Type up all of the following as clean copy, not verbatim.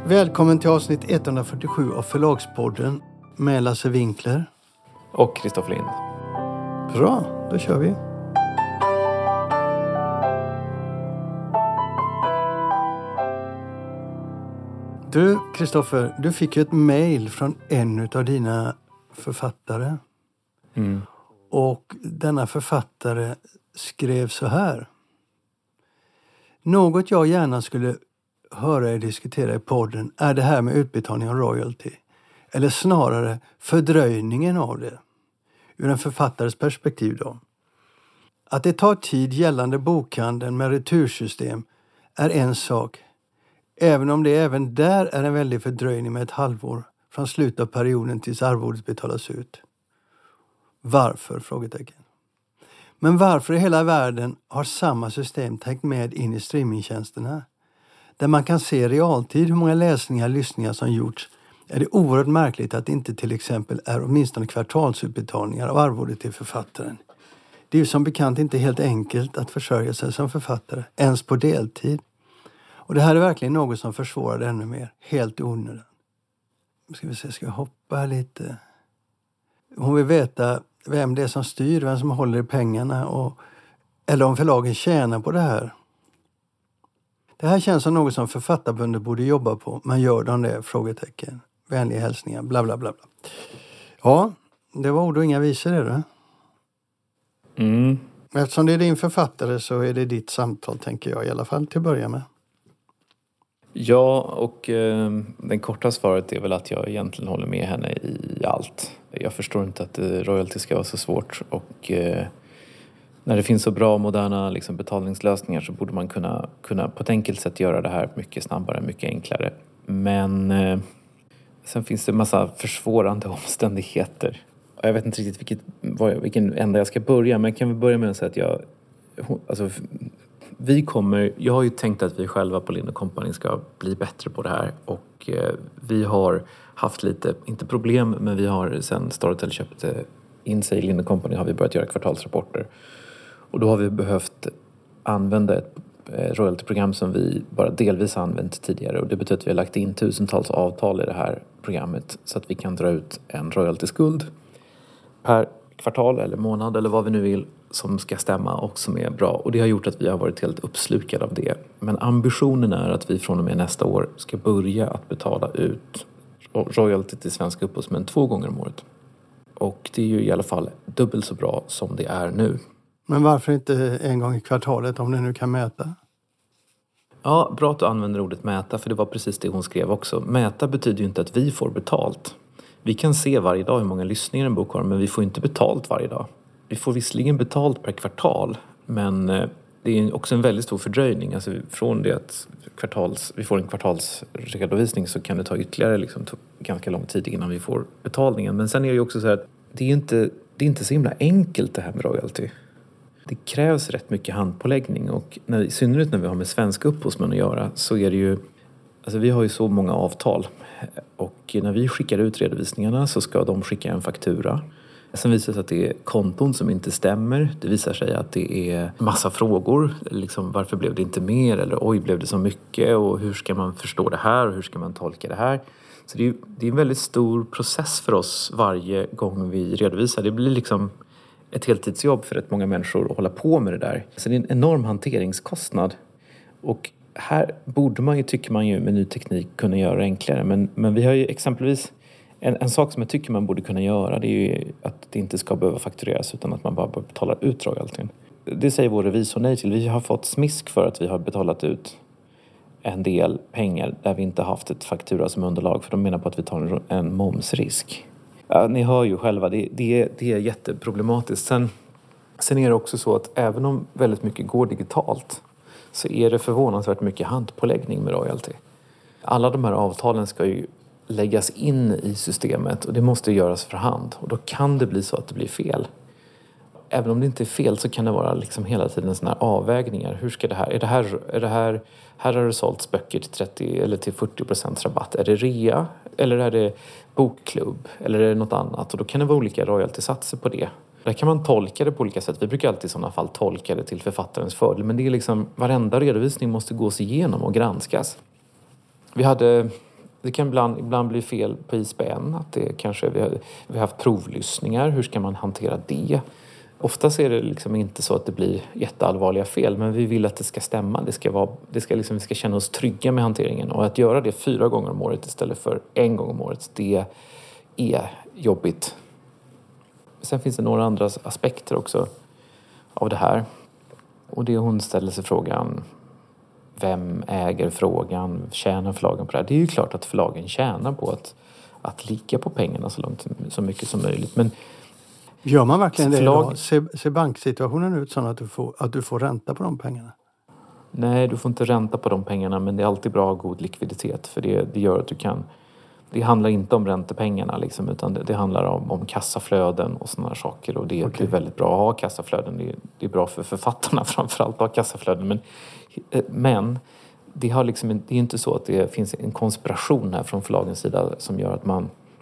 Välkommen till avsnitt 147 av Förlagspodden med Lasse Winkler. Och Kristoffer Lind. Bra, då kör vi. Du, Kristoffer, du fick ju ett mejl från en av dina författare. Och denna författare skrev så här. Något jag gärna skulle höra er diskutera i podden är det här med utbetalning av royalty. Eller snarare fördröjningen av det. Ur en författares perspektiv då. Att det tar tid gällande bokhandeln med retursystem är en sak. Även om det även där är en väldig fördröjning med ett halvår från slutet av perioden tills arvodet betalas ut. Varför? Frågetecken. Men varför i hela världen har samma system tänkt med in i streamingtjänsterna? Där man kan se i realtid hur många läsningar och lyssningar som gjorts, är det oerhört märkligt att det inte till exempel är åtminstone kvartalsutbetalningar av arvodet till författaren. Det är ju som bekant inte helt enkelt att försörja sig som författare, ens på deltid. Och det här är verkligen något som försvårar det ännu mer, helt i onödan. Ska jag hoppa här lite? Hon vill veta vem det är som styr, vem som håller i pengarna eller om förlagen tjänar på det här. Det här känns som något som författarbundet borde jobba på. Men gör de det? Frågetecken. Vänliga hälsningar. Bla bla bla bla. Ja, det var ord och inga visor, är det? Eftersom det är din författare så är det ditt samtal, tänker jag i alla fall till att börja med. Ja, och den korta svaret är väl att jag egentligen håller med henne i allt. Jag förstår inte att royalty ska vara så svårt och när det finns så bra moderna betalningslösningar så borde man kunna på ett enkelt sätt göra det här mycket snabbare, mycket enklare. Men sen finns det en massa försvårande omständigheter. Jag vet inte riktigt vilken ända jag ska börja, men jag kan väl börja med att säga att jag har ju tänkt att vi själva på Lind & Company ska bli bättre på det här och vi har haft lite, inte problem, men vi har sen Storytel köpte in sig i Lind & Company har vi börjat göra kvartalsrapporter och då har vi behövt använda ett royaltyprogram som vi bara delvis använt tidigare och det betyder att vi har lagt in tusentals avtal i det här programmet så att vi kan dra ut en royaltyskuld per kvartal eller månad eller vad vi nu vill som ska stämma och som är bra. Och det har gjort att vi har varit helt uppslukade av det. Men ambitionen är att vi från och med nästa år ska börja att betala ut royalty till svenska upphovsmän 2 gånger om året. Och det är ju i alla fall dubbelt så bra som det är nu. Men varför inte en gång i kvartalet om ni nu kan mäta? Ja, bra att du använder ordet mäta för det var precis det hon skrev också. Mäta betyder ju inte att vi får betalt. Vi kan se varje dag hur många lyssningar en bok har men vi får inte betalt varje dag. Vi får visserligen betalt per kvartal men det är också en väldigt stor fördröjning. Alltså från det att vi får en kvartalsredovisning så kan det ta ytterligare ganska lång tid innan vi får betalningen. Men sen är det ju också så här att det är inte så himla enkelt det här med royalty. Det krävs rätt mycket handpåläggning och i synnerhet när vi har med svenska upphovsmän att göra så är det ju, alltså vi har ju så många avtal och när vi skickar ut redovisningarna så ska de skicka en faktura. Sen visar det sig att det är konton som inte stämmer. Det visar sig att det är massa frågor. Varför blev det inte mer? Eller oj, blev det så mycket? Och hur ska man förstå det här? Och hur ska man tolka det här? Så det är en väldigt stor process för oss varje gång vi redovisar. Det blir ett heltidsjobb för rätt många människor att hålla på med det där. Så det är en enorm hanteringskostnad. Och här borde man ju, tycker man ju, med ny teknik kunna göra det enklare. Men vi har ju exempelvis en sak som jag tycker man borde kunna göra, det är ju att det inte ska behöva faktureras utan att man bara betalar ut royaltyn. Det säger vår revisor nej till. Vi har fått smisk för att vi har betalat ut en del pengar där vi inte har haft ett faktura som underlag för de menar på att vi tar en momsrisk. Ja, ni hör ju själva, det är jätteproblematiskt. Sen är det också så att även om väldigt mycket går digitalt så är det förvånansvärt mycket handpåläggning med royalty. Alla de här avtalen ska ju läggas in i systemet och det måste göras för hand. Och då kan det bli så att det blir fel. Även om det inte är fel så kan det vara hela tiden såna här avvägningar. Hur ska det här? Är det här har det sålts böcker till 30 eller till 40% rabatt. Är det rea? Eller är det bokklubb? Eller är det något annat? Och då kan det vara olika royaltysatser på det. Där kan man tolka det på olika sätt. Vi brukar alltid i sådana fall tolka det till författarens fördel. Men det är varenda redovisning måste gås igenom och granskas. Vi hade Det kan ibland bli fel på ISBN. Att det kanske, vi har haft provlyssningar. Hur ska man hantera det? Oftast är det liksom inte så att det blir jätteallvarliga fel. Men vi vill att det ska stämma. Vi ska känna oss trygga med hanteringen. Och att göra det 4 gånger om året istället för 1 gång om året. Det är jobbigt. Sen finns det några andra aspekter också av det här. Och det hon ställer sig frågan: vem äger frågan? Tjänar förlagen på det här? Det är ju klart att förlagen tjänar på att ligga på pengarna så mycket som möjligt. Men gör man verkligen det idag? Ser banksituationen ut så att du får ränta på de pengarna? Nej, du får inte ränta på de pengarna, men det är alltid bra att ha god likviditet. För det gör att du kan... Det handlar inte om räntepengarna liksom, utan det handlar om kassaflöden och sådana saker. Och det är väldigt bra att ha kassaflöden. Det är bra för författarna framförallt att ha kassaflöden. Men det är inte så att det finns en konspiration här från förlagens sida som gör att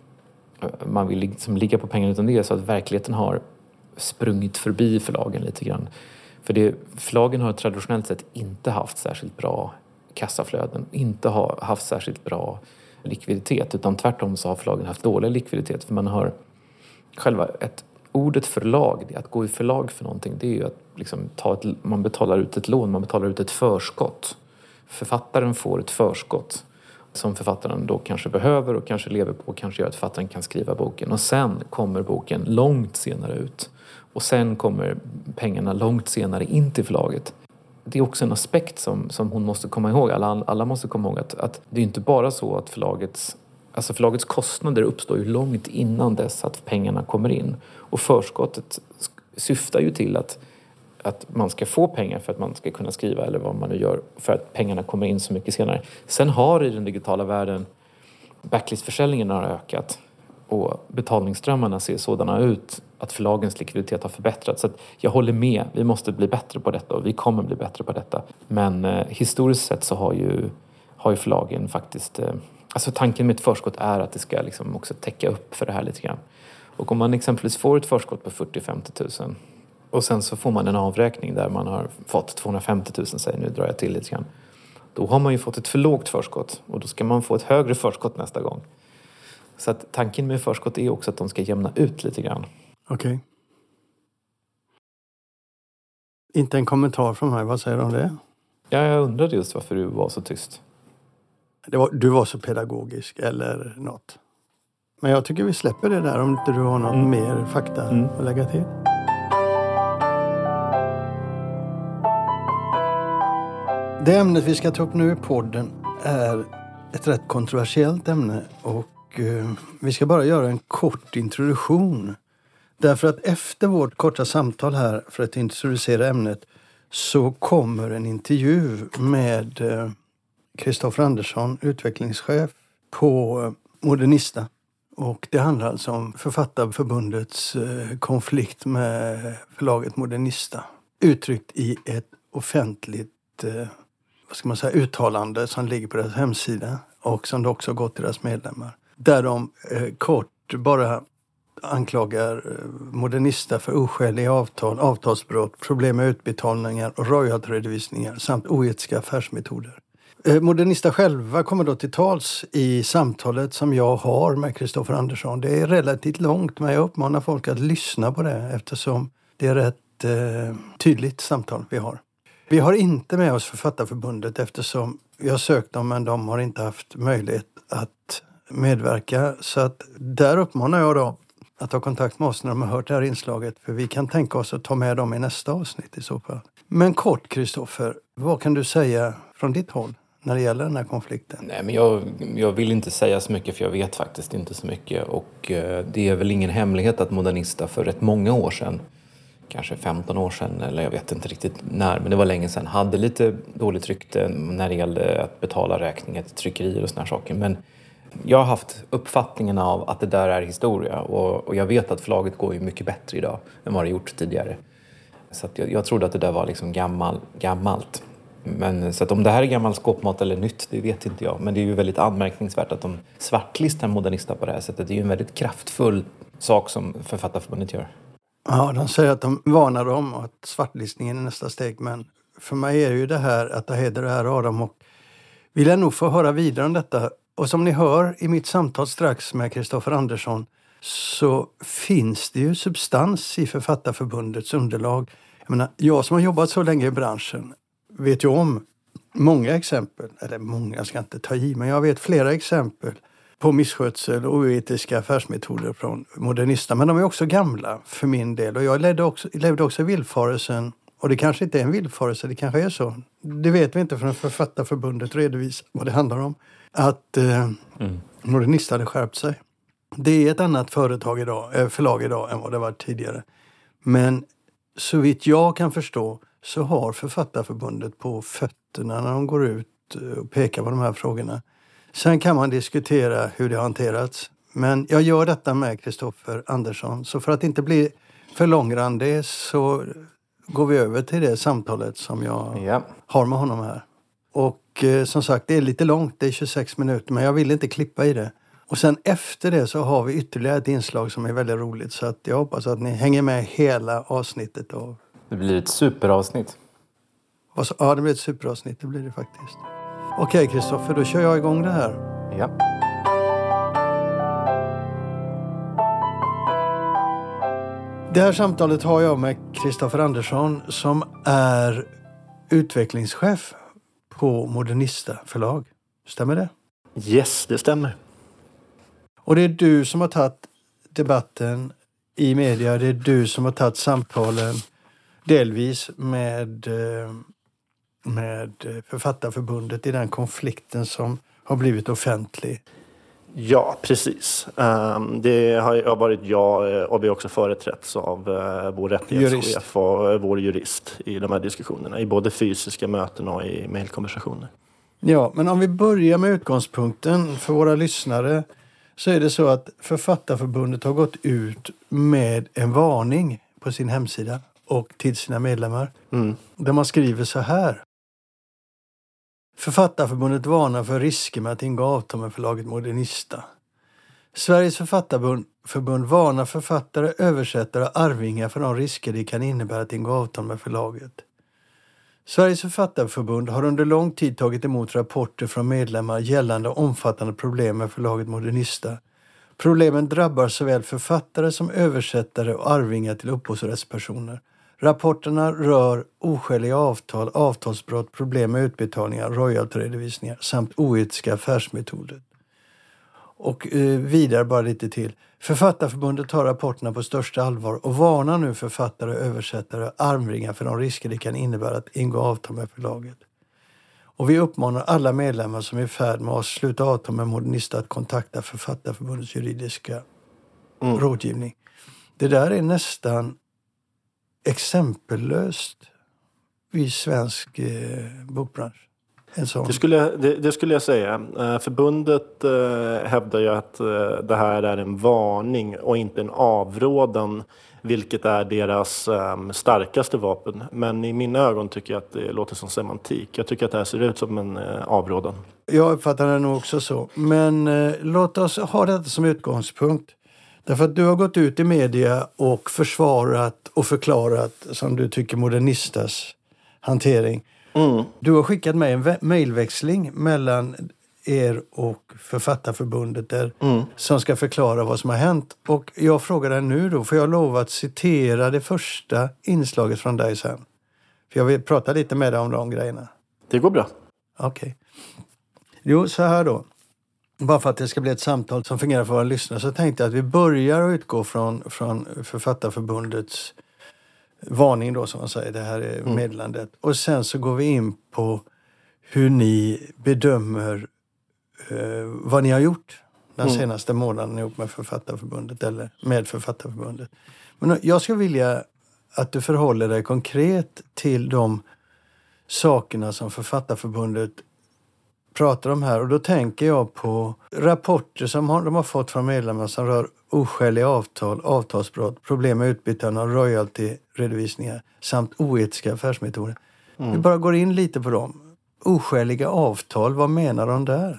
man vill liksom ligga på pengarna, utan det är så att verkligheten har sprungit förbi förlagen lite grann. För förlagen har traditionellt sett inte haft särskilt bra kassaflöden, inte har haft särskilt bra likviditet, utan tvärtom så har förlagen haft dålig likviditet. För man har själva ordet förlag, att gå i förlag för någonting, det är ju att liksom man betalar ut ett lån, man betalar ut ett förskott. Författaren får ett förskott som författaren då kanske behöver och kanske lever på, kanske gör att författaren kan skriva boken. Och sen kommer boken långt senare ut. Och sen kommer pengarna långt senare in till förlaget. Det är också en aspekt som hon måste komma ihåg. Alla måste komma ihåg att det är inte bara så att förlagets kostnader uppstår ju långt innan dess att pengarna kommer in. Och förskottet syftar ju till att man ska få pengar för att man ska kunna skriva eller vad man nu gör, för att pengarna kommer in så mycket senare. Sen har i den digitala världen backlistförsäljningen har ökat och betalningsströmmarna ser sådana ut att förlagens likviditet har förbättrats. Så att jag håller med, vi måste bli bättre på detta och vi kommer bli bättre på detta. Men historiskt sett så har ju förlagen faktiskt... tanken med ett förskott är att det ska liksom också täcka upp för det här lite grann. Och om man exempelvis får ett förskott på 40-50 000 och sen så får man en avräkning där man har fått 250 000, säger nu drar jag till lite grann. Då har man ju fått ett för lågt förskott och då ska man få ett högre förskott nästa gång. Så att tanken med förskott är också att de ska jämna ut lite grann. Okej. Inte en kommentar från mig, vad säger du om det? Ja, jag undrade just varför du var så tyst. Du var så pedagogisk eller något. Men jag tycker vi släpper det där om inte du har något mer fakta att lägga till. Det ämnet vi ska ta upp nu i podden är ett rätt kontroversiellt ämne och vi ska bara göra en kort introduktion. Därför att efter vårt korta samtal här för att introducera ämnet så kommer en intervju med Kristoffer Andersson, utvecklingschef på Modernista. Och det handlar alltså om Författarförbundets konflikt med förlaget Modernista. Uttryckt i ett offentligt uttalande som ligger på deras hemsida och som det också har gått till deras medlemmar. Där de kort bara anklagar Modernista för oskäliga avtal, avtalsbrott, problem med utbetalningar och royaltyredovisningar samt oetiska affärsmetoder. Modernista själva kommer då till tals i samtalet som jag har med Kristoffer Andersson. Det är relativt långt, men jag uppmanar folk att lyssna på det eftersom det är ett tydligt samtal vi har. Vi har inte med oss Författarförbundet eftersom vi har sökt dem men de har inte haft möjlighet att medverka. Så att där uppmanar jag då att ta kontakt med oss när de har hört det här inslaget. För vi kan tänka oss att ta med dem i nästa avsnitt i så fall. Men kort Kristoffer, vad kan du säga från ditt håll när det gäller den här konflikten? Nej, men jag vill inte säga så mycket för jag vet faktiskt inte så mycket. Och det är väl ingen hemlighet att Modernista för rätt många år sedan, kanske 15 år sedan eller jag vet inte riktigt när, men det var länge sedan, hade lite dåligt rykte när det gällde att betala räkningar till tryckerier och såna här saker. Men jag har haft uppfattningen av att det där är historia och jag vet att förlaget går ju mycket bättre idag än vad det gjort tidigare. Så att jag trodde att det där var liksom gammalt. Men så att om det här är gammal skåpmat eller nytt, det vet inte jag. Men det är ju väldigt anmärkningsvärt att de svartlistar Modernista på det här sättet. Det är ju en väldigt kraftfull sak som Författarförbundet gör. Ja, de säger att de varnar om att svartlistningen är nästa steg. Men för mig är ju det här att ta heder och ära av dem. Och vill jag nog få höra vidare om detta Och som ni hör i mitt samtal strax med Kristoffer Andersson så finns det ju substans i Författarförbundets underlag. Jag som har jobbat så länge i branschen vet ju om många exempel, eller många ska inte ta i, men jag vet flera exempel på misskötsel och oetiska affärsmetoder från modernisterna. Men de är också gamla för min del. Och jag levde också i villfarelsen, och det kanske inte är en villfarelse, det kanske är så. Det vet vi inte förrän Författarförbundet redovisar vad det handlar om. Att modernister hade skärpt sig. Det är ett annat förlag idag än vad det var tidigare. Men så vitt jag kan förstå så har Författarförbundet på fötterna när de går ut och pekar på de här frågorna. Sen kan man diskutera hur det har hanterats. Men jag gör detta med Kristoffer Andersson. Så för att inte bli för långrandig så går vi över till det samtalet som jag har med honom här. Och som sagt, det är lite långt, det är 26 minuter, men jag vill inte klippa i det. Och sen efter det så har vi ytterligare ett inslag som är väldigt roligt. Så att jag hoppas att ni hänger med hela avsnittet. Det blir ett superavsnitt. Ja, det blir ett superavsnitt, det blir det faktiskt. Okej, Kristoffer, då kör jag igång det här. Ja. Det här samtalet har jag med Kristoffer Andersson som är utvecklingschef på Modernista förlag. Stämmer det? Yes, det stämmer. Och det är du som har tagit debatten i media. Det är du som har tagit samtalen delvis med Författarförbundet i den konflikten som har blivit offentlig. Ja, precis. Det har varit jag, och vi har också företrätts av vår rättighetschef och vår jurist i de här diskussionerna. I både fysiska möten och i mejlkonversationer. Ja, men om vi börjar med utgångspunkten för våra lyssnare så är det så att Författarförbundet har gått ut med en varning på sin hemsida och till sina medlemmar. Där man skriver så här. Författarförbundet varnar för risker med att ingå avtal med förlaget Modernista. Sveriges författarförbund varnar författare, översättare och arvingar för de risker det kan innebära att ingå avtal med förlaget. Sveriges författarförbund har under lång tid tagit emot rapporter från medlemmar gällande omfattande problem med förlaget Modernista. Problemen drabbar såväl författare som översättare och arvingar till upphovsrättspersoner. Rapporterna rör oskäliga avtal, avtalsbrott, problem med utbetalningar, royaltyredovisningar samt oetiska affärsmetoder. Och vidare bara lite till. Författarförbundet tar rapporterna på största allvar och varnar nu författare, översättare och arvingar för de risker det kan innebära att ingå avtal med förlaget. Och vi uppmanar alla medlemmar som är i färd med att sluta avtal med Modernista att kontakta Författarförbundets juridiska rådgivning. Det där är nästan exempellöst i svensk bokbransch. Det skulle jag säga. Förbundet hävdar ju att det här är en varning och inte en avrådan, vilket är deras starkaste vapen. Men i mina ögon tycker jag att det låter som semantik. Jag tycker att det här ser ut som en avrådan. Jag uppfattar det nog också så. Men låt oss ha detta som utgångspunkt. Därför att du har gått ut i media och försvarat och förklarat, som du tycker, Modernistas hantering. Du har skickat mig en mejlväxling mellan er och Författarförbundet där, som ska förklara vad som har hänt. Och jag frågar dig nu då, för jag lovar att citera det första inslaget från dig sen. För jag vill prata lite med dig om de grejerna. Det går bra. Okej. Jo, så här då. Bara för att det ska bli ett samtal som fungerar för våra lyssnare så tänkte jag att vi börjar att utgå från Författarförbundets varning då, som man säger, det här är meddelandet. Och sen så går vi in på hur ni bedömer vad ni har gjort den senaste månaden ihop med Författarförbundet eller med Författarförbundet. Men jag skulle vilja att du förhåller dig konkret till de sakerna som Författarförbundet pratar om här. Och då tänker jag på rapporter som de har fått från medlemmar som rör oskäliga avtal, avtalsbrott, problem med utbyten av royalty-redovisningar samt oetiska affärsmetoder. Vi bara går in lite på dem. Oskäliga avtal, vad menar de där?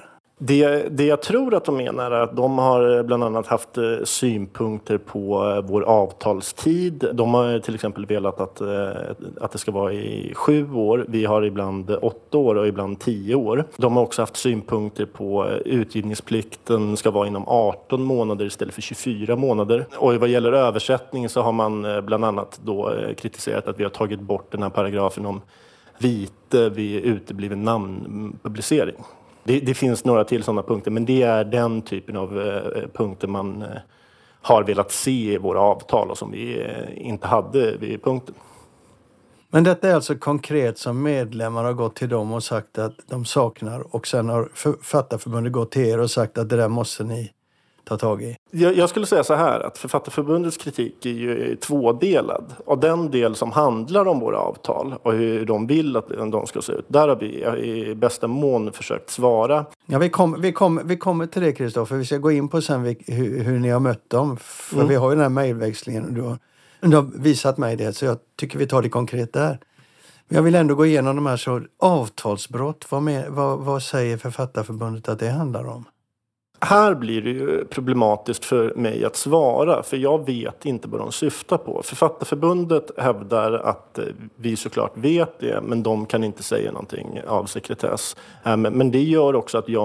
Det jag tror att de menar är att de har bland annat haft synpunkter på vår avtalstid. De har till exempel velat att det ska vara i 7 år. Vi har ibland 8 år och ibland 10 år. De har också haft synpunkter på utgivningsplikten ska vara inom 18 månader istället för 24 månader. Och vad gäller översättning så har man bland annat då kritiserat att vi har tagit bort den här paragrafen om vite vid utebliven namnpublicering. Det finns några till sådana punkter, men det är den typen av punkter man har velat se i våra avtal och som vi inte hade vid punkten. Men detta är alltså konkret som medlemmar har gått till dem och sagt att de saknar, och sen har Författarförbundet gått till er och sagt att det där måste ni ta tag i? Jag skulle säga så här att Författarförbundets kritik är ju tvådelad. Och den del som handlar om våra avtal och hur de vill att de ska se ut, där har vi i bästa mån försökt svara. Ja, vi kommer till det, Kristoffer. Vi ska gå in på sen hur ni har mött dem. För vi har ju den här mejlväxlingen. Du har visat mig det, så jag tycker vi tar det konkret där. Men jag vill ändå gå igenom de här så avtalsbrott. Vad säger Författarförbundet att det handlar om? Här blir det ju problematiskt för mig att svara, för jag vet inte vad de syftar på. Författarförbundet hävdar att vi såklart vet det, men de kan inte säga någonting av sekretess. Men det gör också att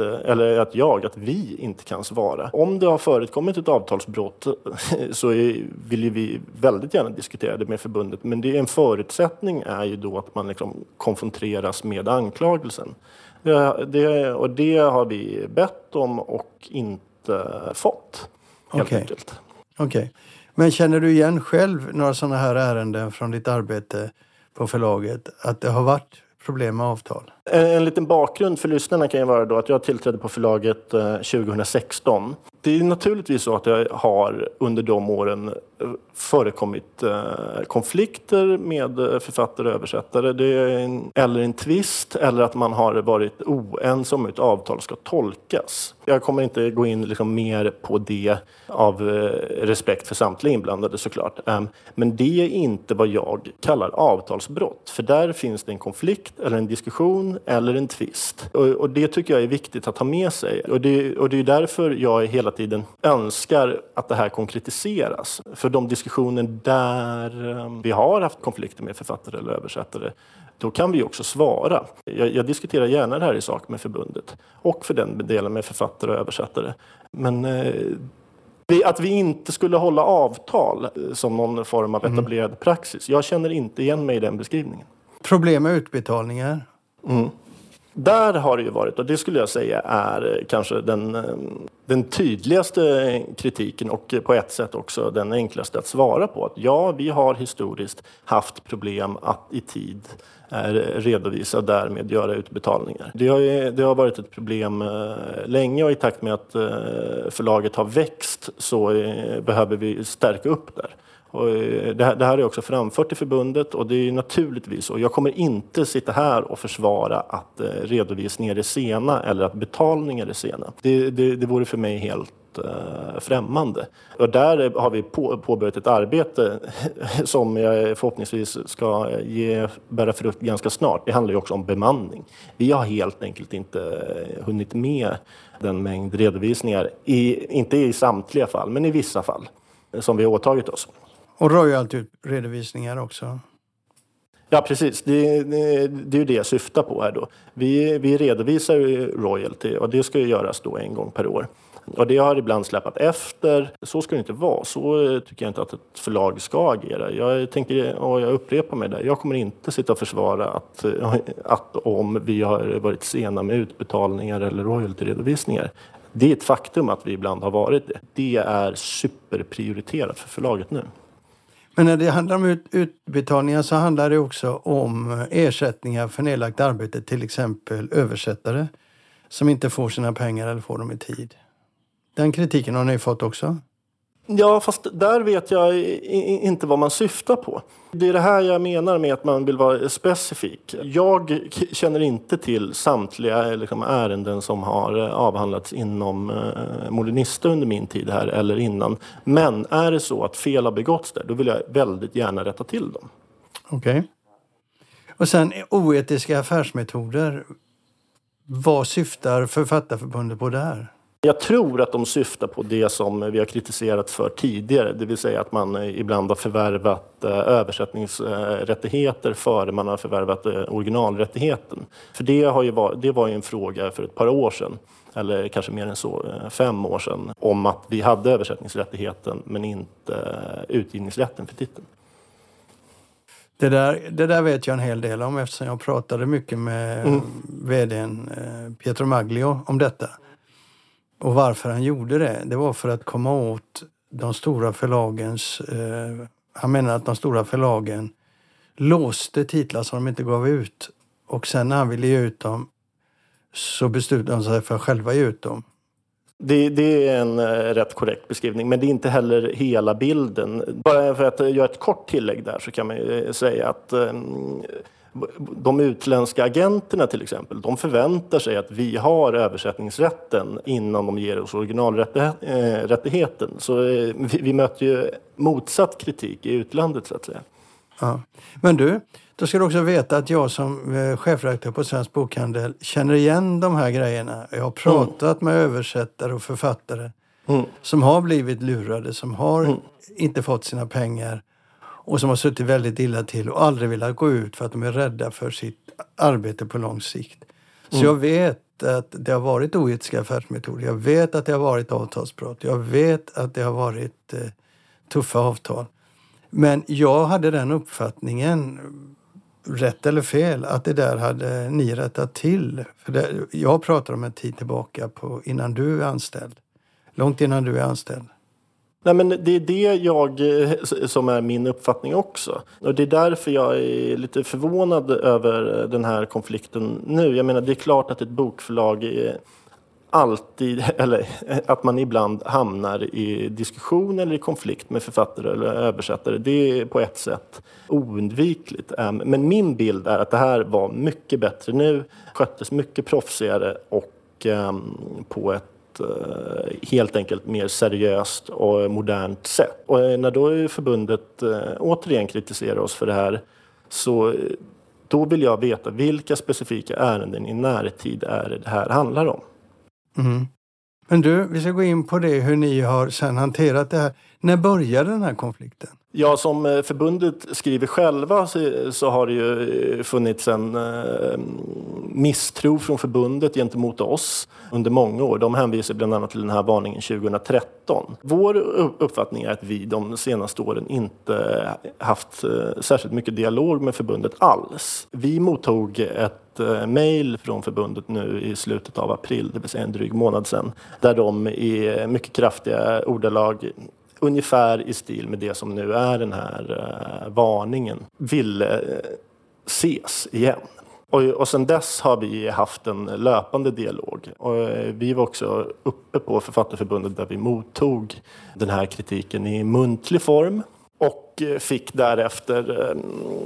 att vi inte kan svara. Om det har förekommit ett avtalsbrott så vill vi väldigt gärna diskutera det med förbundet, men en förutsättning är ju då att man liksom konfronteras med anklagelsen. Det har vi bett om och inte fått, helt enkelt. Okej. Men känner du igen själv några sådana här ärenden från ditt arbete på förlaget? Att det har varit problem med avtal? En liten bakgrund för lyssnarna kan ju vara då att jag tillträdde på förlaget 2016. Det är naturligtvis så att det har under de åren förekommit konflikter med författare och översättare. Eller en tvist, eller att man har varit oense om hur ett avtal ska tolkas. Jag kommer inte gå in liksom mer på det av respekt för samtliga inblandade såklart. Men det är inte vad jag kallar avtalsbrott. För där finns det en konflikt eller en diskussion eller en tvist. Och det tycker jag är viktigt att ha med sig. Och det är därför jag hela tiden önskar att det här konkretiseras. För de diskussioner där vi har haft konflikter med författare eller översättare, då kan vi också svara. Jag diskuterar gärna det här i sak med förbundet. Och för den delen med författare och översättare. Men att vi inte skulle hålla avtal som någon form av etablerad praxis. Jag känner inte igen mig i den beskrivningen. Problem med utbetalningar? Där har det ju varit, och det skulle jag säga är kanske den tydligaste kritiken och på ett sätt också den enklaste att svara på. Att ja, vi har historiskt haft problem att i tid redovisa och därmed göra utbetalningar. Det har varit ett problem länge, och i takt med att förlaget har växt så behöver vi stärka upp där. Och det här är också framfört i förbundet, och det är naturligtvis så. Jag kommer inte sitta här och försvara att redovisningar är sena eller att betalningar är sena. Det vore för mig helt främmande. Och där har vi påbörjat ett arbete som jag förhoppningsvis ska bära frukt ganska snart. Det handlar ju också om bemanning. Vi har helt enkelt inte hunnit med den mängd redovisningar, inte i samtliga fall, men i vissa fall, som vi har åtagit oss. Och royalty-redovisningar också? Ja, precis. Det är ju det jag syftar på här då. Vi redovisar ju royalty, och det ska ju göras då 1 gång per år. Och det har ibland släpat efter. Så ska det inte vara. Så tycker jag inte att ett förlag ska agera. Jag upprepar mig där. Jag kommer inte sitta och försvara att om vi har varit sena med utbetalningar eller royalty-redovisningar. Det är ett faktum att vi ibland har varit det. Det är superprioriterat för förlaget nu. Men när det handlar om utbetalningar så handlar det också om ersättningar för nedlagt arbete, till exempel översättare som inte får sina pengar eller får dem i tid. Den kritiken har ni fått också? Ja, fast där vet jag inte vad man syftar på. Det är det här jag menar med att man vill vara specifik. Jag känner inte till samtliga ärenden som har avhandlats inom Modernista under min tid här eller innan. Men är det så att fel har begåtts där, då vill jag väldigt gärna rätta till dem. Okej. Och sen oetiska affärsmetoder. Vad syftar Författarförbundet på där? Jag tror att de syftar på det som vi har kritiserat för tidigare. Det vill säga att man ibland har förvärvat översättningsrättigheter före man har förvärvat originalrättigheten. För det var ju en fråga för ett par år sedan, eller kanske mer än så, 5 år sedan, om att vi hade översättningsrättigheten men inte utgivningsrätten för titeln. Det där vet jag en hel del om eftersom jag pratade mycket med vdn Pietro Maglio om detta. Och varför han gjorde det, det var för att komma åt de stora förlagens... han menar att de stora förlagen låste titlar som de inte gav ut. Och sen när han ville ge ut dem så beslutade de sig för att själva ge ut dem. Det är en rätt korrekt beskrivning, men det är inte heller hela bilden. Bara för att göra ett kort tillägg där så kan man ju säga att de utländska agenterna till exempel, de förväntar sig att vi har översättningsrätten innan de ger oss originalrättigheten. Så vi möter ju motsatt kritik i utlandet så att säga. Ja. Men du, då ska du också veta att jag som chefredaktör på Svensk Bokhandel känner igen de här grejerna. Jag har pratat med översättare och författare som har blivit lurade, som har inte fått sina pengar och som har suttit väldigt illa till och aldrig velat gå ut för att de är rädda för sitt arbete på lång sikt. Så jag vet att det har varit oetiska affärsmetoder. Jag vet att det har varit avtalsbrott. Jag vet att det har varit tuffa avtal. Men jag hade den uppfattningen, rätt eller fel, att det där hade ni rättat till. För jag pratar om en tid tillbaka innan du är anställd. Långt innan du är anställd. Nej, men det är det som är min uppfattning också. Och det är därför jag är lite förvånad över den här konflikten nu. Jag menar, det är klart att ett bokförlag alltid, eller att man ibland hamnar i diskussion eller i konflikt med författare eller översättare. Det är på ett sätt oundvikligt. Men min bild är att det här var mycket bättre nu, sköttes mycket proffsigare och på ett helt enkelt mer seriöst och modernt sätt. Och när då förbundet återigen kritiserar oss för det här, så då vill jag veta vilka specifika ärenden i närtid är det här handlar om. Mm. Men du, vi ska gå in på det hur ni har sedan hanterat det här. När började den här konflikten? Ja, som förbundet skriver själva så har det ju funnits en misstro från förbundet gentemot oss under många år. De hänvisar bland annat till den här varningen 2013. Vår uppfattning är att vi de senaste åren inte haft särskilt mycket dialog med förbundet alls. Vi mottog ett mejl från förbundet nu i slutet av april, det vill säga en dryg månad sedan, där de i mycket kraftiga ordalag, ungefär i stil med det som nu är den här varningen, ville ses igen. Och sedan dess har vi haft en löpande dialog. Och vi var också uppe på Författarförbundet där vi mottog den här kritiken i muntlig form och fick därefter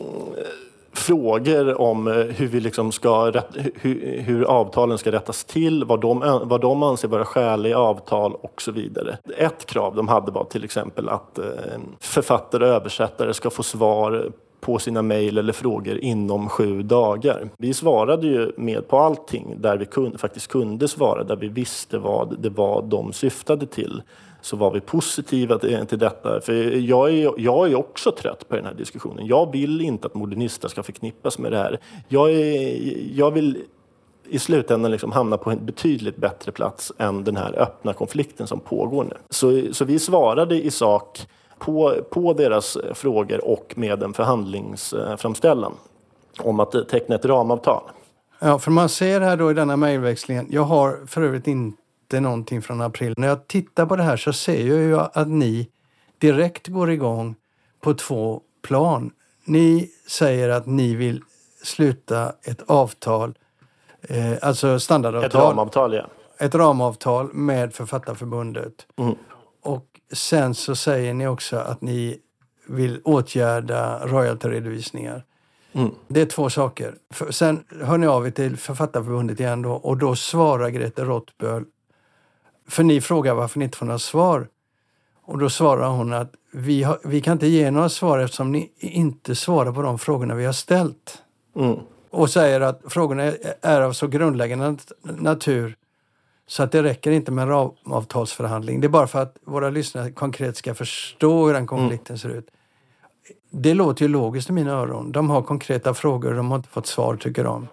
frågor om hur vi liksom hur avtalen ska rättas till, vad de anser vara skäliga avtal och så vidare. Ett krav de hade var till exempel att författare och översättare ska få svar på sina mejl eller frågor inom 7 dagar. Vi svarade ju med på allting där vi faktiskt kunde svara, där vi visste vad det var de syftade till. Så var vi positiva till detta. För jag är också trött på den här diskussionen. Jag vill inte att Modernista ska förknippas med det här. Jag vill i slutändan liksom hamna på en betydligt bättre plats än den här öppna konflikten som pågår nu. Så vi svarade i sak på deras frågor och med en förhandlingsframställan om att teckna ett ramavtal. Ja, för man ser här då i denna mejlväxlingen, jag har för övrigt inte någonting från april. När jag tittar på det här så ser jag ju att ni direkt går igång på 2 plan. Ni säger att ni vill sluta ett avtal, alltså standardavtal. Ett ramavtal, ja. Ett ramavtal med Författarförbundet. Mm. Och sen så säger ni också att ni vill åtgärda royalty-redovisningar. Mm. Det är 2 saker. Sen hör ni av er till Författarförbundet igen då, och då svarar Grete Rottböll. För ni frågar varför ni inte får några svar. Och då svarar hon att vi kan inte ge några svar eftersom ni inte svarar på de frågorna vi har ställt. Mm. och säger att frågorna är av så grundläggande natur så att det räcker inte med en ramavtalsförhandling. Det är bara för att våra lyssnare konkret ska förstå hur den konflikten ser ut. Det låter ju logiskt i mina öron. De har konkreta frågor, de har inte fått svar tycker de.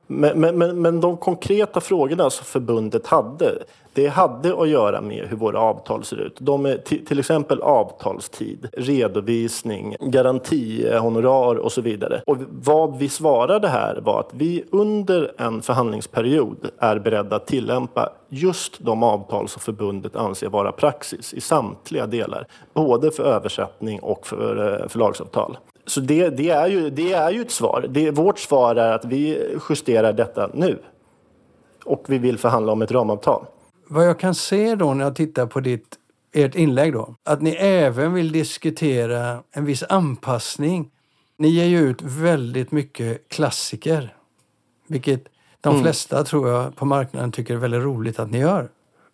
Men de konkreta frågorna som förbundet hade, det hade att göra med hur våra avtal ser ut. De är till exempel avtalstid, redovisning, garantihonorar och så vidare. Och vad vi svarade här var att vi under en förhandlingsperiod är beredda att tillämpa just de avtal som förbundet anser vara praxis i samtliga delar. Både för översättning och för förlagsavtal. Så det är ju ett svar. Vårt svar är att vi justerar detta nu. Och vi vill förhandla om ett ramavtal. Vad jag kan se då när jag tittar på ert inlägg då, att ni även vill diskutera en viss anpassning. Ni ger ju ut väldigt mycket klassiker, vilket de flesta tror jag på marknaden tycker är väldigt roligt att ni gör.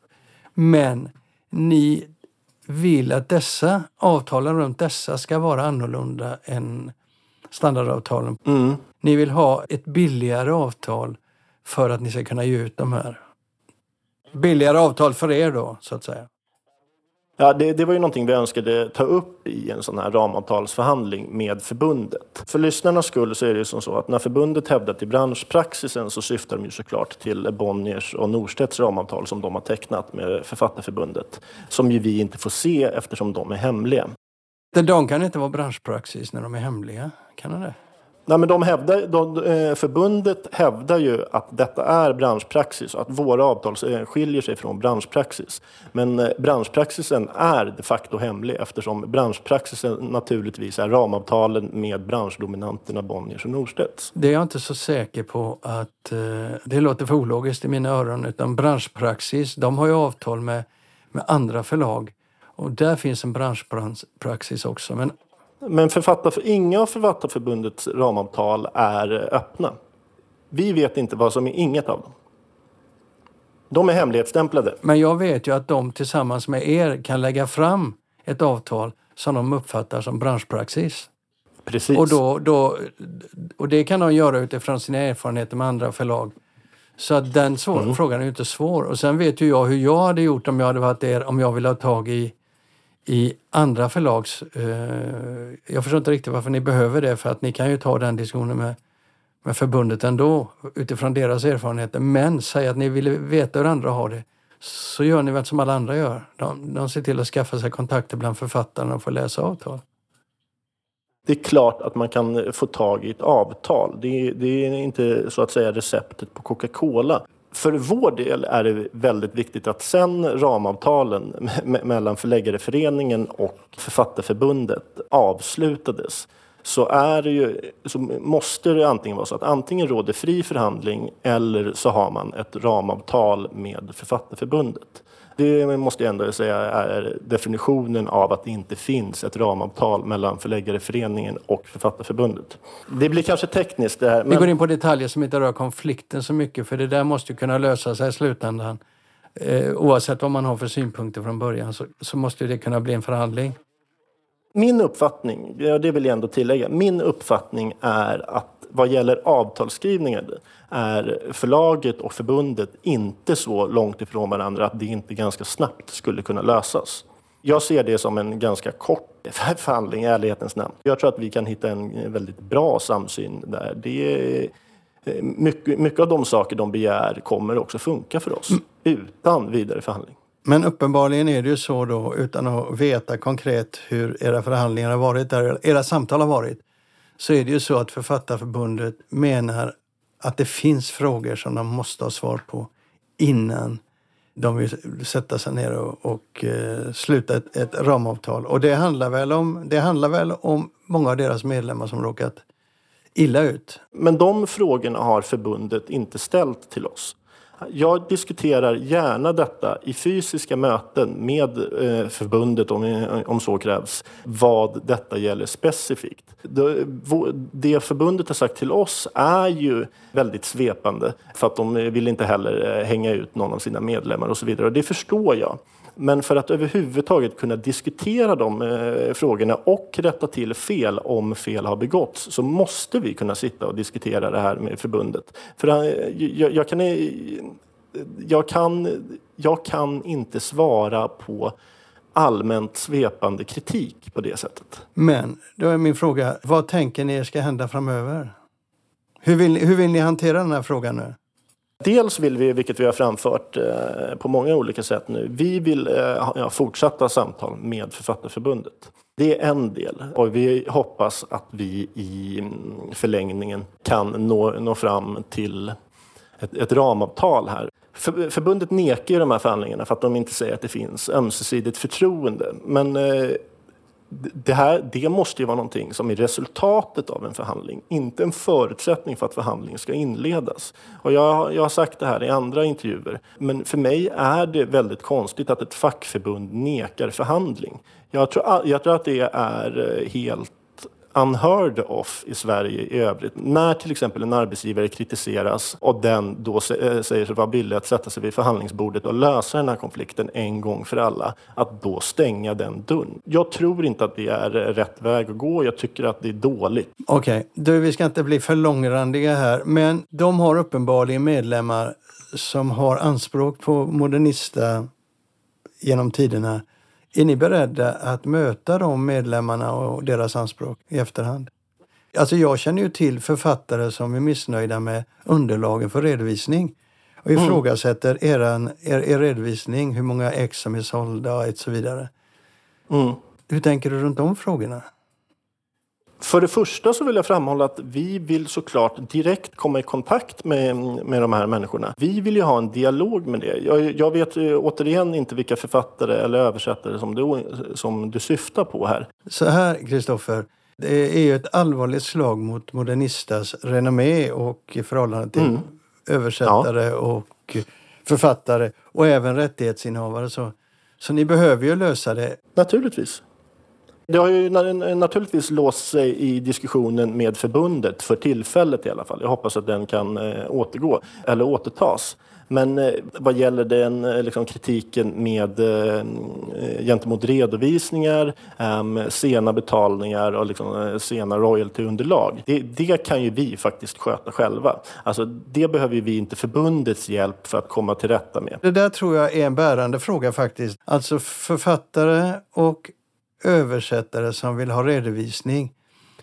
Men ni vill att dessa avtalen runt dessa ska vara annorlunda än standardavtalen. Ni vill ha ett billigare avtal för att ni ska kunna ge ut de här. Billigare avtal för er då, så att säga. Ja, det var ju någonting vi önskade ta upp i en sån här ramavtalsförhandling med förbundet. För lyssnarnas skull så är det ju som så att när förbundet hävdar till branschpraxisen så syftar de ju såklart till Bonniers och Norstedts ramavtal som de har tecknat med Författarförbundet. Som ju vi inte får se eftersom de är hemliga. De kan inte vara branschpraxis när de är hemliga, kan de det? Nej, men förbundet hävdar ju att detta är branschpraxis och att våra avtal skiljer sig från branschpraxis. Men branschpraxisen är de facto hemlig eftersom branschpraxisen naturligtvis är ramavtalen med branschdominanterna Bonniers och Norstedts. Det är jag inte så säker på att det låter för ologiskt i mina öron, utan branschpraxis, de har ju avtal med andra förlag och där finns en branschpraxis också. Men inga av Författarförbundets ramavtal är öppna. Vi vet inte vad som är inget av dem. De är hemlighetsstämplade. Men jag vet ju att de tillsammans med er kan lägga fram ett avtal som de uppfattar som branschpraxis. Precis. Och det kan de göra utifrån sina erfarenheter med andra förlag. Så att den frågan är ju inte svår. Och sen vet ju jag hur jag hade gjort om jag hade varit er, om jag ville ha tag i andra förlags... jag förstår inte riktigt varför ni behöver det, för att ni kan ju ta den diskussionen med förbundet ändå utifrån deras erfarenheter. Men säg att ni vill veta hur andra har det, så gör ni väl som alla andra gör. De ser till att skaffa sig kontakter bland författarna och få läsa avtal. Det är klart att man kan få tag i ett avtal. Det är inte så att säga receptet på Coca-Cola. För vår del är det väldigt viktigt att sen ramavtalen mellan Förläggareföreningen och Författarförbundet avslutades så måste det antingen vara så att antingen råder fri förhandling eller så har man ett ramavtal med Författarförbundet. Det måste jag ändå säga är definitionen av att det inte finns ett ramavtal mellan Förläggareföreningen och Författarförbundet. Det blir kanske tekniskt det här. Vi går in på detaljer som inte rör konflikten så mycket, för det där måste ju kunna lösa sig i slutändan. Oavsett vad man har för synpunkter från början så måste det kunna bli en förhandling. Min uppfattning, det vill jag ändå tillägga, min uppfattning är att vad gäller avtalsskrivningen är förlaget och förbundet inte så långt ifrån varandra att det inte ganska snabbt skulle kunna lösas. Jag ser det som en ganska kort förhandling i ärlighetens namn. Jag tror att vi kan hitta en väldigt bra samsyn där. Det är mycket av de saker de begär kommer också funka för oss utan vidare förhandling. Men uppenbarligen är det ju så då, utan att veta konkret hur era förhandlingar har varit, där era samtal har varit, så är det ju så att Författarförbundet menar att det finns frågor som de måste ha svar på innan de vill sätta sig ner och sluta ett ramavtal. Och det handlar väl om många av deras medlemmar som råkat illa ut. Men de frågorna har förbundet inte ställt till oss. Jag diskuterar gärna detta i fysiska möten med förbundet om så krävs, vad detta gäller specifikt. Det förbundet har sagt till oss är ju väldigt svepande för att de vill inte heller hänga ut någon av sina medlemmar och så vidare. Och det förstår jag. Men för att överhuvudtaget kunna diskutera de frågorna och rätta till fel om fel har begåtts, så måste vi kunna sitta och diskutera det här med förbundet. För jag kan inte svara på allmänt svepande kritik på det sättet. Men då är min fråga, vad tänker ni ska hända framöver? Hur vill ni hantera den här frågan nu? Dels vill vi, vilket vi har framfört på många olika sätt nu, vi vill ha fortsatta samtal med Författarförbundet. Det är en del, och vi hoppas att vi i förlängningen kan nå fram till ett ramavtal här. Förbundet nekar ju de här förhandlingarna för att de inte säger att det finns ömsesidigt förtroende. Men det måste ju vara någonting som är resultatet av en förhandling, inte en förutsättning för att förhandlingen ska inledas. Och jag har sagt det här i andra intervjuer, men för mig är det väldigt konstigt att ett fackförbund nekar förhandling. Jag tror att det är helt unheard of i Sverige i övrigt. När till exempel en arbetsgivare kritiseras och den då säger sig vara villig att sätta sig vid förhandlingsbordet och lösa den här konflikten en gång för alla, att då stänga den dörren. Jag tror inte att det är rätt väg att gå. Jag tycker att det är dåligt. Okej, vi ska inte bli för långrandiga här, men de har uppenbarligen medlemmar som har anspråk på Modernista genom tiderna. Är ni beredda att möta de medlemmarna och deras anspråk i efterhand? Alltså jag känner ju till författare som är missnöjda med underlagen för redovisning och ifrågasätter er redovisning, hur många ex som är sålda och så vidare. Hur tänker du runt de frågorna? För det första så vill jag framhålla att vi vill såklart direkt komma i kontakt med de här människorna. Vi vill ju ha en dialog med det. Jag vet återigen inte vilka författare eller översättare som du syftar på här. Så här, Kristoffer, det är ju ett allvarligt slag mot Modernistas renommé och i förhållande till översättare och författare och även rättighetsinnehavare. Så ni behöver ju lösa det. Naturligtvis. Det har ju naturligtvis låst sig i diskussionen med förbundet för tillfället i alla fall. Jag hoppas att den kan återtas. Men vad gäller den kritiken gentemot redovisningar, sena betalningar och sena royaltyunderlag, det kan ju vi faktiskt sköta själva. Alltså det behöver vi inte förbundets hjälp för att komma till rätta med. Det där tror jag är en bärande fråga faktiskt. Alltså författare och översättare som vill ha redovisning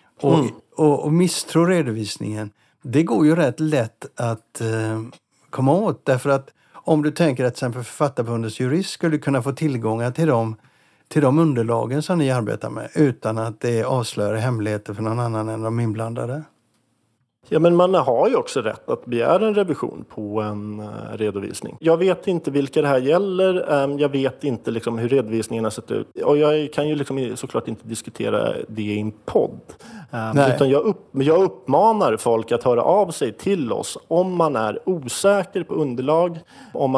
och misstror redovisningen. Det går ju rätt lätt att komma åt. Därför att om du tänker att till exempel Författarförbundets jurist skulle kunna få tillgångar till de underlagen som ni arbetar med utan att det avslöjar hemligheter för någon annan än de inblandade. Ja, men man har ju också rätt att begära en revision på en redovisning. Jag vet inte vilka det här gäller. Jag vet inte hur redovisningen har sett ut. Och jag kan ju såklart inte diskutera det i en podd. Utan jag uppmanar folk att höra av sig till oss om man är osäker på underlag, om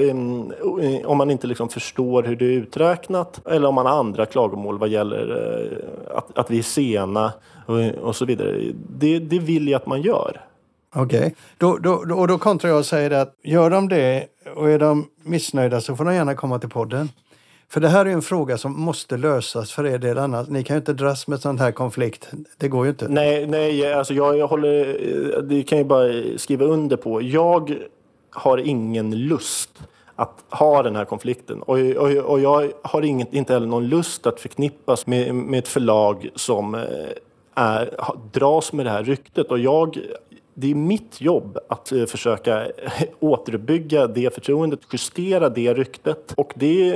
man inte förstår hur det är uträknat eller om man har andra klagomål vad gäller att vi är sena och så vidare. Det vill jag att man gör. Okej. Då kontrar jag och säger att gör de det och är de missnöjda så får de gärna komma till podden. För det här är en fråga som måste lösas för er del annars. Ni kan ju inte dras med sån här konflikt. Det går ju inte. Nej, alltså jag håller, det kan jag bara skriva under på. Jag har ingen lust att ha den här konflikten. Och jag har inte heller någon lust att förknippas med ett förlag som dras med det här ryktet. Och det är mitt jobb att försöka återbygga det förtroendet, justera det ryktet. Och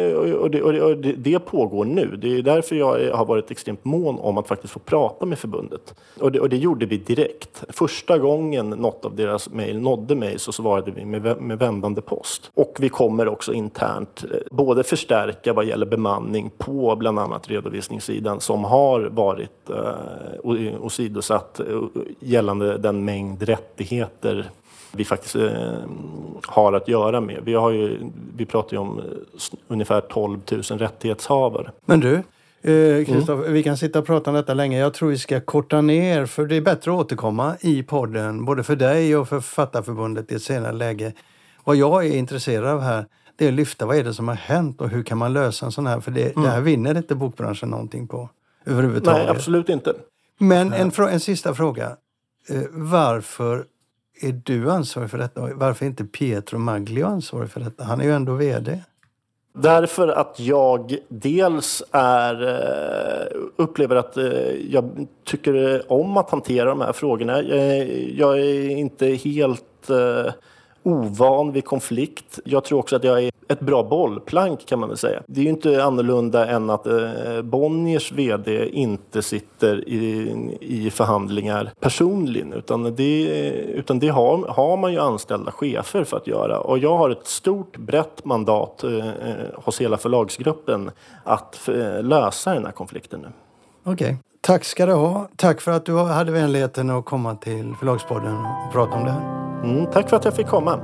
det pågår nu. Det är därför jag har varit extremt mån om att faktiskt få prata med förbundet. Och det gjorde vi direkt. Första gången något av deras mejl nådde mig så svarade vi med vändande post. Och vi kommer också internt både förstärka vad gäller bemanning på bland annat redovisningssidan som har varit åsidosatt gällande den mängd rättigheter vi faktiskt har att göra med. Vi pratar ju om ungefär 12 000 rättighetshavare. Men du, Kristoffer, vi kan sitta och prata om detta länge. Jag tror vi ska korta ner, för det är bättre att återkomma i podden, både för dig och för Författarförbundet i ett senare läge. Vad jag är intresserad av här, Det är att lyfta vad är det som har hänt och hur kan man lösa en sån här. För det här vinner inte bokbranschen någonting på överhuvudtaget. Nej, absolut inte. Men en sista fråga. Varför är du ansvarig för detta? Varför är inte Pietro Maglio ansvarig för detta? Han är ju ändå vd. Därför att jag dels upplever att jag tycker om att hantera de här frågorna. Jag är inte helt ovan vid konflikt. Jag tror också att jag är ett bra bollplank kan man väl säga. Det är ju inte annorlunda än att Bonniers vd inte sitter i förhandlingar personligen utan det har man ju anställda chefer för att göra. Och jag har ett stort brett mandat hos hela förlagsgruppen att lösa den här konflikten nu. Okej. Tack ska du ha. Tack för att du hade vänligheten att komma till Förlagspodden och prata om det här. Tack för att jag fick komma.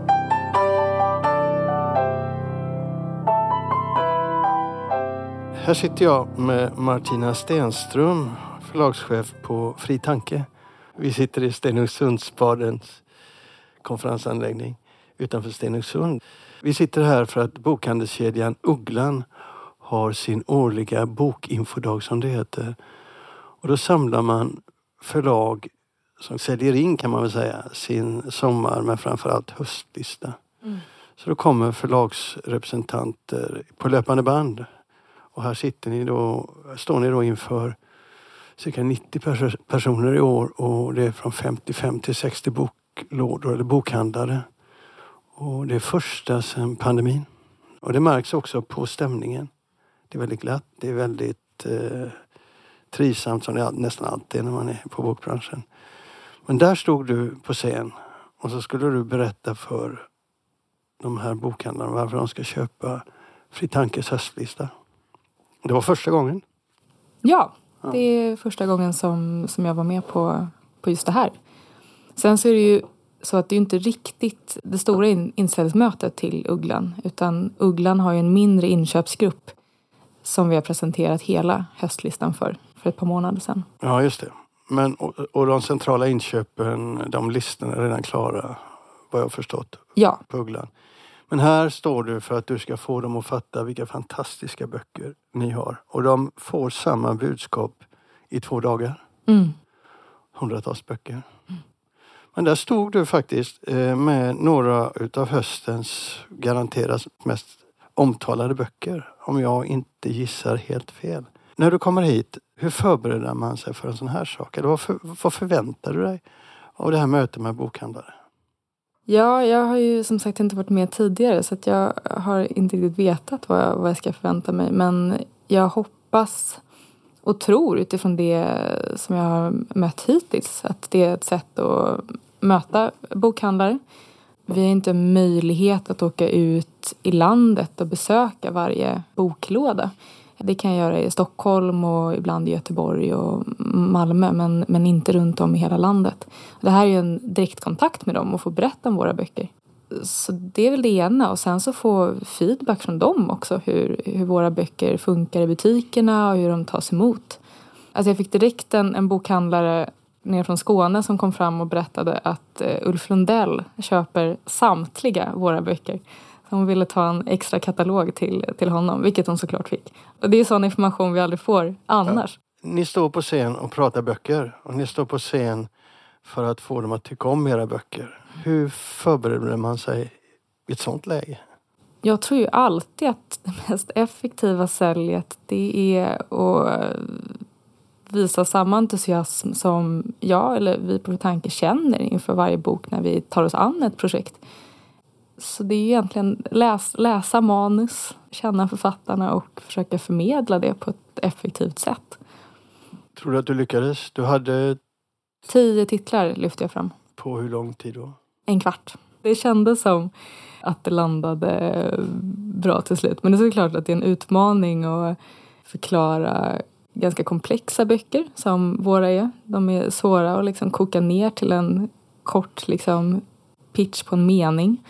Här sitter jag med Martina Stenström, förlagschef på Fri Tanke. Vi sitter i Stenungsundsbadens konferensanläggning utanför Stenungsund. Vi sitter här för att bokhandelskedjan Ugglan har sin årliga bokinfodag som det heter. Och då samlar man förlag som säljer in kan man väl säga sin sommar men framförallt höstlista. Så då kommer förlagsrepresentanter på löpande band. Och här står ni då inför cirka 90 personer i år och det är från 55 till 60 boklådor eller bokhandlare. Och det är första sedan pandemin. Och det märks också på stämningen. Det är väldigt glatt, det är väldigt trivsamt som det nästan alltid är när man är på bokbranschen. Men där stod du på scen och så skulle du berätta för de här bokhandlarna varför de ska köpa Fri Tankes höstlista. Det var första gången? Ja, det är första gången som jag var med på just det här. Sen så är det ju så att det är inte riktigt det stora inställningsmötet till Ugglan. Utan Ugglan har ju en mindre inköpsgrupp som vi har presenterat hela höstlistan för ett par månader sedan. Ja, just det. Men, och de centrala inköpen, de listorna är redan klara, vad jag har förstått, på Ugglan. Men här står du för att du ska få dem att fatta vilka fantastiska böcker ni har. Och de får samma budskap i 2 dagar. 100-tals böcker. Men där stod du faktiskt med några utav höstens garanterat mest omtalade böcker. Om jag inte gissar helt fel. När du kommer hit, hur förbereder man sig för en sån här sak? Eller vad förväntar du dig av det här mötet med bokhandlare? Ja, jag har ju som sagt inte varit med tidigare så att jag har inte riktigt vetat vad jag ska förvänta mig. Men jag hoppas och tror utifrån det som jag har mött hittills att det är ett sätt att möta bokhandlare. Vi har inte möjlighet att åka ut i landet och besöka varje boklåda. Det kan jag göra i Stockholm och ibland i Göteborg och Malmö men inte runt om i hela landet. Det här är ju en direktkontakt med dem och få berätta om våra böcker. Så det är väl det ena och sen så få feedback från dem också hur våra böcker funkar i butikerna och hur de tas emot. Alltså jag fick direkt en bokhandlare ner från Skåne som kom fram och berättade att Ulf Lundell köper samtliga våra böcker. Hon ville ta en extra katalog till honom, vilket hon såklart fick. Och det är sån information vi aldrig får annars. Ja. Ni står på scen och pratar böcker. Och ni står på scen för att få dem att tycka om era böcker. Hur förbereder man sig i ett sånt läge? Jag tror ju alltid att det mest effektiva säljet det är att visa samma entusiasm som jag eller vi på Tanke känner inför varje bok när vi tar oss an ett projekt. Så det är egentligen läsa manus, känna författarna och försöka förmedla det på ett effektivt sätt. Tror du att du lyckades? Du hade 10 titlar lyfte jag fram. På hur lång tid då? 1 kvart. Det kändes som att det landade bra till slut. Men det är såklart att det är en utmaning att förklara ganska komplexa böcker som våra är. De är svåra att liksom koka ner till en kort liksom pitch på en mening.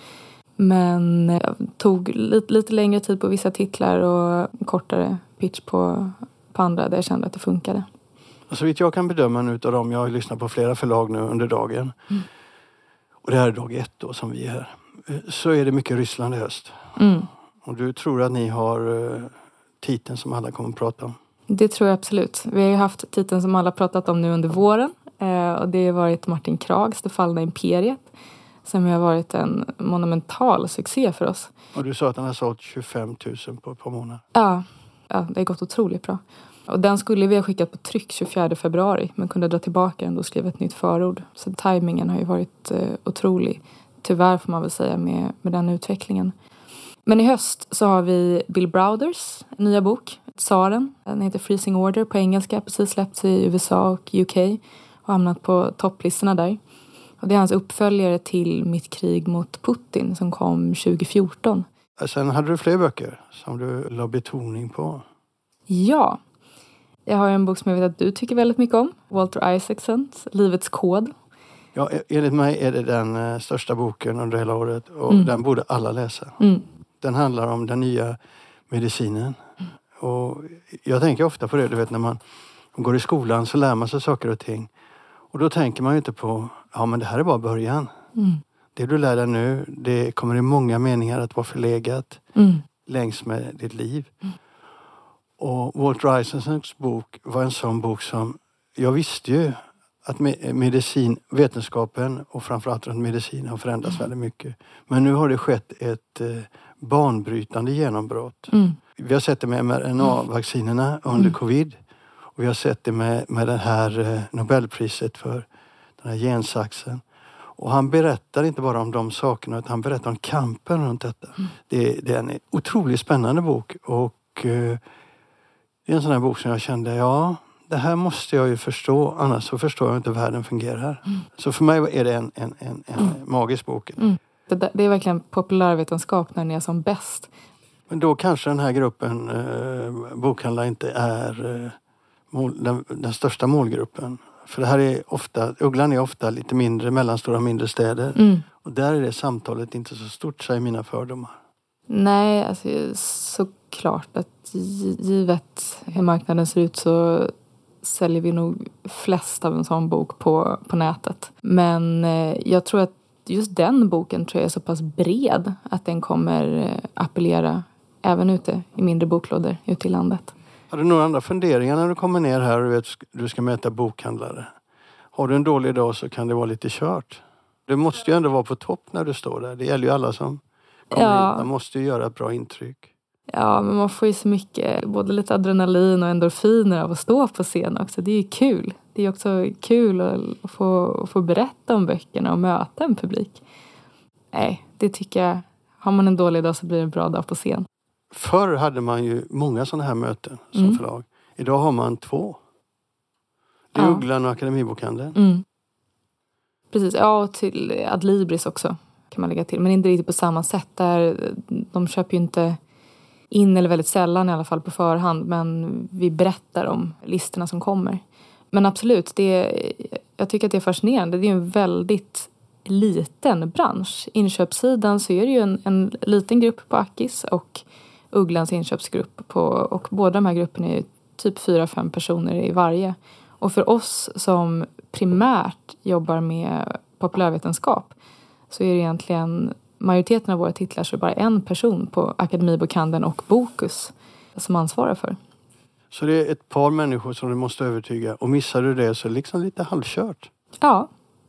Men det tog lite längre tid på vissa titlar och kortare pitch på andra där jag kände att det funkade. Så vitt jag kan bedöma nu utav dem, jag har lyssnat på flera förlag nu under dagen. Och det här är dag 1 då som vi är här. Så är det mycket Ryssland i höst. Och du tror att ni har titeln som alla kommer att prata om? Det tror jag absolut. Vi har ju haft titeln som alla pratat om nu under våren. Och det har varit Martin Krags Det fallna imperiet. Som har varit en monumental succé för oss. Och du sa att den har sålt 25 000 på ett par månader. Ja, det har gått otroligt bra. Och den skulle vi ha skickat på tryck 24 februari. Men kunde dra tillbaka den och skriva ett nytt förord. Så tajmingen har ju varit otrolig. Tyvärr får man väl säga med den utvecklingen. Men i höst så har vi Bill Browders nya bok, Tsaren. Den heter Freezing Order på engelska. Precis släppts i USA och UK. Och hamnat på topplistorna där. Och det är hans uppföljare till Mitt krig mot Putin som kom 2014. Sen hade du fler böcker som du la betoning på. Ja, jag har en bok som jag vet att du tycker väldigt mycket om. Walter Isaacsons Livets kod. Ja, enligt mig är det den största boken under hela året. Och den borde alla läsa. Den handlar om den nya medicinen. Och jag tänker ofta på det, du vet, när man går i skolan så lär man sig saker och ting. Och då tänker man ju inte på, ja men det här är bara början. Det du lär dig nu, det kommer i många meningar att vara förlegat längs med ditt liv. Och Walter Isaacsons bok var en sån bok som, jag visste ju att medicin, vetenskapen och framförallt medicin har förändrats väldigt mycket. Men nu har det skett ett banbrytande genombrott. Vi har sett det med mRNA-vaccinerna under covid. Och vi har sett det med det här Nobelpriset för den här gensaxen. Och han berättar inte bara om de sakerna utan han berättar om kampen runt detta. Det är en otroligt spännande bok. Och det är en sån här bok som jag kände, ja, det här måste jag ju förstå. Annars så förstår jag inte hur världen fungerar. Så för mig är det en magisk bok. Det är verkligen populärvetenskap när den är som bäst. Men då kanske den här gruppen bokhandlare inte är den största målgruppen. För det här är ofta, Ugglan är ofta lite mindre, mellanstora och mindre städer. Och där är det samtalet inte så stort, säger mina fördomar. Nej, alltså såklart att givet hur marknaden ser ut så säljer vi nog flest av en sån bok på nätet. Men jag tror att just den boken tror jag är så pass bred att den kommer appellera även ute i mindre boklådor ute i landet. Har du några andra funderingar när du kommer ner här och du ska möta bokhandlare? Har du en dålig dag så kan det vara lite kört. Du måste ju ändå vara på topp när du står där. Det gäller ju alla som kommer hit. Man måste ju göra ett bra intryck. Ja, men man får ju så mycket, både lite adrenalin och endorfiner av att stå på scen också. Det är ju kul. Det är också kul att få berätta om böckerna och möta en publik. Nej, det tycker jag. Har man en dålig dag så blir det en bra dag på scen. Förr hade man ju många sådana här möten som förlag. Idag har man 2. Det är Ugglan och Akademibokhandeln. Precis, ja, och till Adlibris också kan man lägga till. Men inte riktigt på samma sätt. De köper ju inte in, eller väldigt sällan i alla fall på förhand. Men vi berättar om listorna som kommer. Men absolut, jag tycker att det är fascinerande. Det är ju en väldigt liten bransch. Inköpssidan så är det ju en liten grupp på Akis och Ugglans inköpsgrupp och båda de här grupperna är typ 4-5 personer i varje. Och för oss som primärt jobbar med populärvetenskap så är det egentligen majoriteten av våra titlar så är det bara en person på Akademibokhandeln och Bokus som ansvarar för. Så det är ett par människor som du måste övertyga och missar du det så är det liksom lite halvkört. Ja,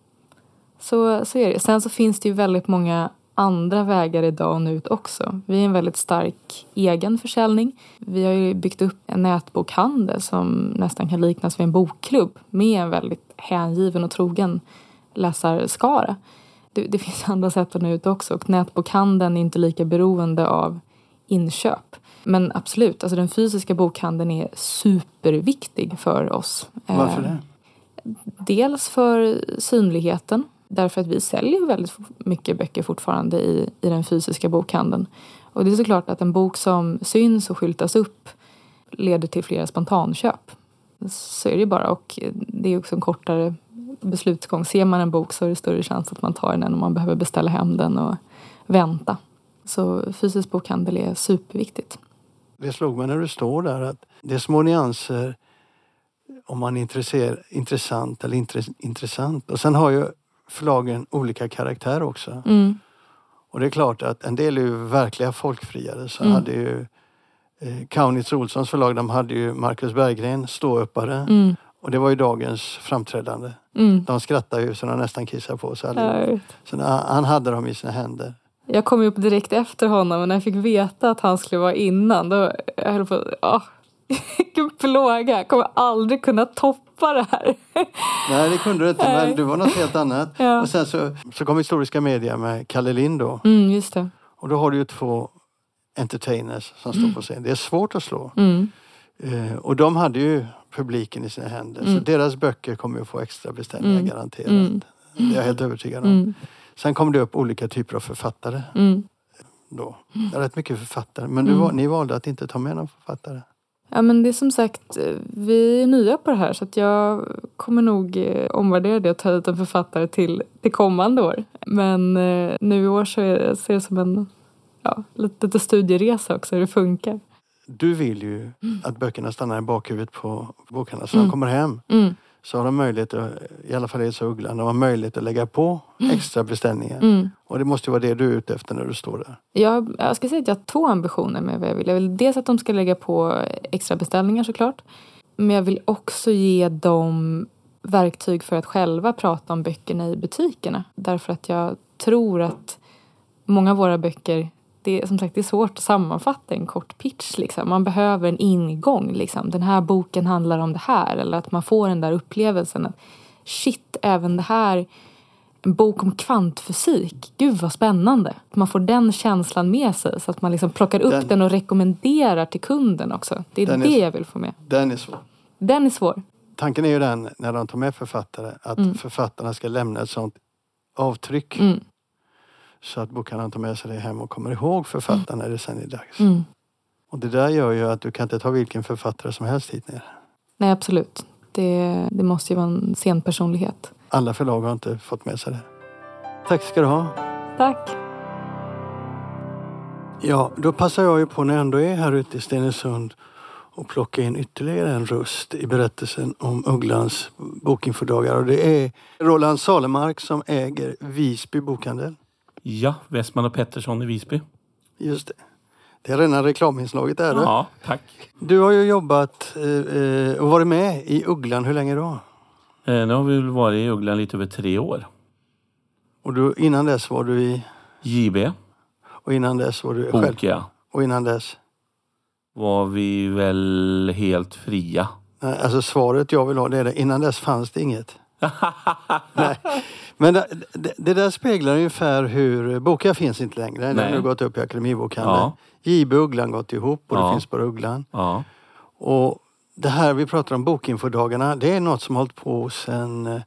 så är det. Sen så finns det ju väldigt många andra vägar idag och nu också. Vi är en väldigt stark egen försäljning. Vi har ju byggt upp en nätbokhandel som nästan kan liknas vid en bokklubb med en väldigt hängiven och trogen läsarskara. Det finns andra sätt att nå ut också och nätbokhandeln är inte lika beroende av inköp. Men absolut, alltså den fysiska bokhandeln är superviktig för oss. Varför det? Dels för synligheten. Därför att vi säljer väldigt mycket böcker fortfarande i den fysiska bokhandeln. Och det är såklart att en bok som syns och skyltas upp leder till flera spontanköp. Så är det bara. Och det är också en kortare beslutsgång. Ser man en bok så är det större chans att man tar den än om man behöver beställa hem den och vänta. Så fysisk bokhandel är superviktigt. Det slog mig när du står där att det är små nyanser om man är intressant eller intressant. Och sen har ju förlagen olika karaktär också. Och det är klart att en del är ju verkliga folkfriare. Så hade ju Kaunitz Olssons förlag, de hade ju Marcus Berggren, ståuppare. Och det var ju dagens framträdande. De skrattade ju så de nästan kissade på sig allihop. Så han hade dem i sina händer. Jag kom ju upp direkt efter honom och när jag fick veta att han skulle vara innan, då jag höll på, vilken plåga. Jag kommer aldrig kunna toppa det här. Nej, det kunde du inte, men du var något helt annat. Ja. Och sen så kom Historiska Media med Kalle Lind då. Just det. Och då har du ju 2 entertainers som står på scen. Det är svårt att slå. Och de hade ju publiken i sina händer. Så deras böcker kommer ju få extra beställningar garanterat. Det är jag helt övertygad om. Sen kom det upp olika typer av författare. Då. Det är rätt mycket författare. Men ni valde att inte ta med någon författare. Ja, men det är som sagt, vi är nya på det här så att jag kommer nog omvärdera det och ta ut en författare till kommande år. Men nu i år så ser det som en lite studieresa också, hur det funkar. Du vill ju att böckerna stannar i bakhuvudet på bokhandlarna så de kommer hem. Så har de möjlighet, i alla fall är det så Ugglan, de har möjlighet att lägga på extra beställningar. Och det måste ju vara det du är ute efter när du står där. Jag ska säga att jag har 2 ambitioner med vad jag vill. Jag vill dels att de ska lägga på extra beställningar såklart. Men jag vill också ge dem verktyg för att själva prata om böckerna i butikerna. Därför att jag tror att många av våra böcker, det är som sagt det är svårt att sammanfatta en kort pitch. Liksom. Man behöver en ingång. Liksom. Den här boken handlar om det här. Eller att man får den där upplevelsen. Att, shit, även det här. En bok om kvantfysik. Gud vad spännande. Att man får den känslan med sig. Så att man liksom plockar upp den och rekommenderar till kunden också. Det är det jag vill få med. Den är svår. Den är svår. Tanken är ju den, när de tar med författare, att författarna ska lämna ett sånt avtryck. Så att bokhandlaren tar med sig det hem och kommer ihåg författarna när det sen är dags. Och det där gör ju att du kan inte ta vilken författare som helst hit ner. Nej, absolut. Det måste ju vara en scenpersonlighet. Alla förlag har inte fått med sig det. Tack ska du ha. Tack. Ja, då passar jag ju på när jag ändå är här ute i Stenungsund och plocka in ytterligare en röst i berättelsen om Ugglans bokinfodagar. Och det är Roland Salemark som äger Visby bokhandel. Ja, Westman och Pettersson i Visby. Just det. Det är rena reklaminslaget där. Ja, tack. Du har ju jobbat och varit med i Ugglan. Hur länge då? Nu har vi väl varit i Ugglan lite över 3 år. Och innan dess var du i? JB. Och innan dess var du själv? Bokia. Och innan dess? Var vi väl helt fria. Nej, alltså svaret jag vill ha det är det. Innan dess fanns det inget. Nej. Men det där speglar ungefär hur Bokia finns inte längre. Det har nu gått upp i Akademibokhandeln. Ja. JB och Ugglan gått ihop och det finns bara Ugglan. Ja. Och det här vi pratar om bokinfodagarna, det är något som har hållit på sedan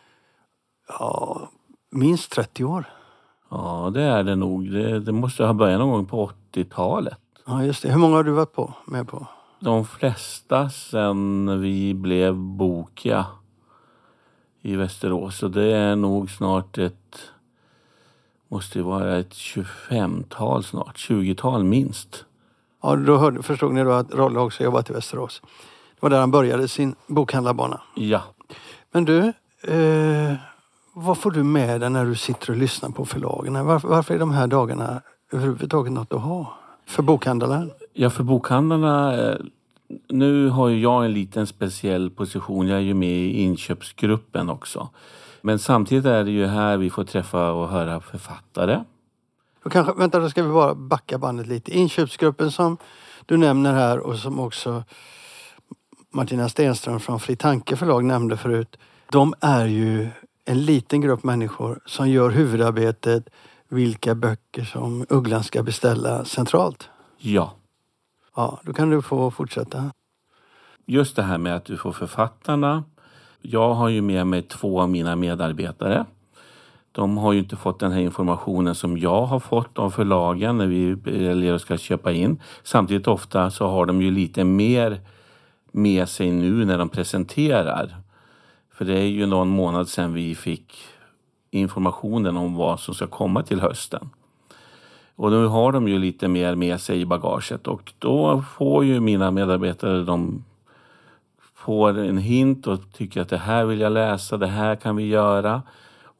minst 30 år. Ja, det är det nog. Det måste ha börjat någon gång på 80-talet. Ja, just det. Hur många har du varit med på? De flesta sen vi blev Bokia i Västerås. Så det är nog snart måste ju vara ett 25-tal snart. 20-tal minst. Ja, då förstod ni då att Rolle också jobbat i Västerås. Det var där han började sin bokhandlarbana. Ja. Men du, vad får du med dig när du sitter och lyssnar på förlagen? Varför är de här dagarna överhuvudtaget något att ha för bokhandlarna? Ja, för bokhandlarna, nu har ju jag en liten speciell position. Jag är ju med i inköpsgruppen också. Men samtidigt är det ju här vi får träffa och höra författare. Då ska vi bara backa bandet lite. Inköpsgruppen som du nämner här och som också Martina Stenström från Fri Tanke förlag nämnde förut. De är ju en liten grupp människor som gör huvudarbetet vilka böcker som Ugglan ska beställa centralt. Ja. Ja, då kan du få fortsätta. Just det här med att du får författarna. Jag har ju med mig 2 av mina medarbetare. De har ju inte fått den här informationen som jag har fått av förlagen när vi ska köpa in. Samtidigt ofta så har de ju lite mer med sig nu när de presenterar. För det är ju någon månad sedan vi fick informationen om vad som ska komma till hösten. Och nu har de ju lite mer med sig i bagaget. Och då får ju mina medarbetare, de får en hint och tycker att det här vill jag läsa, det här kan vi göra.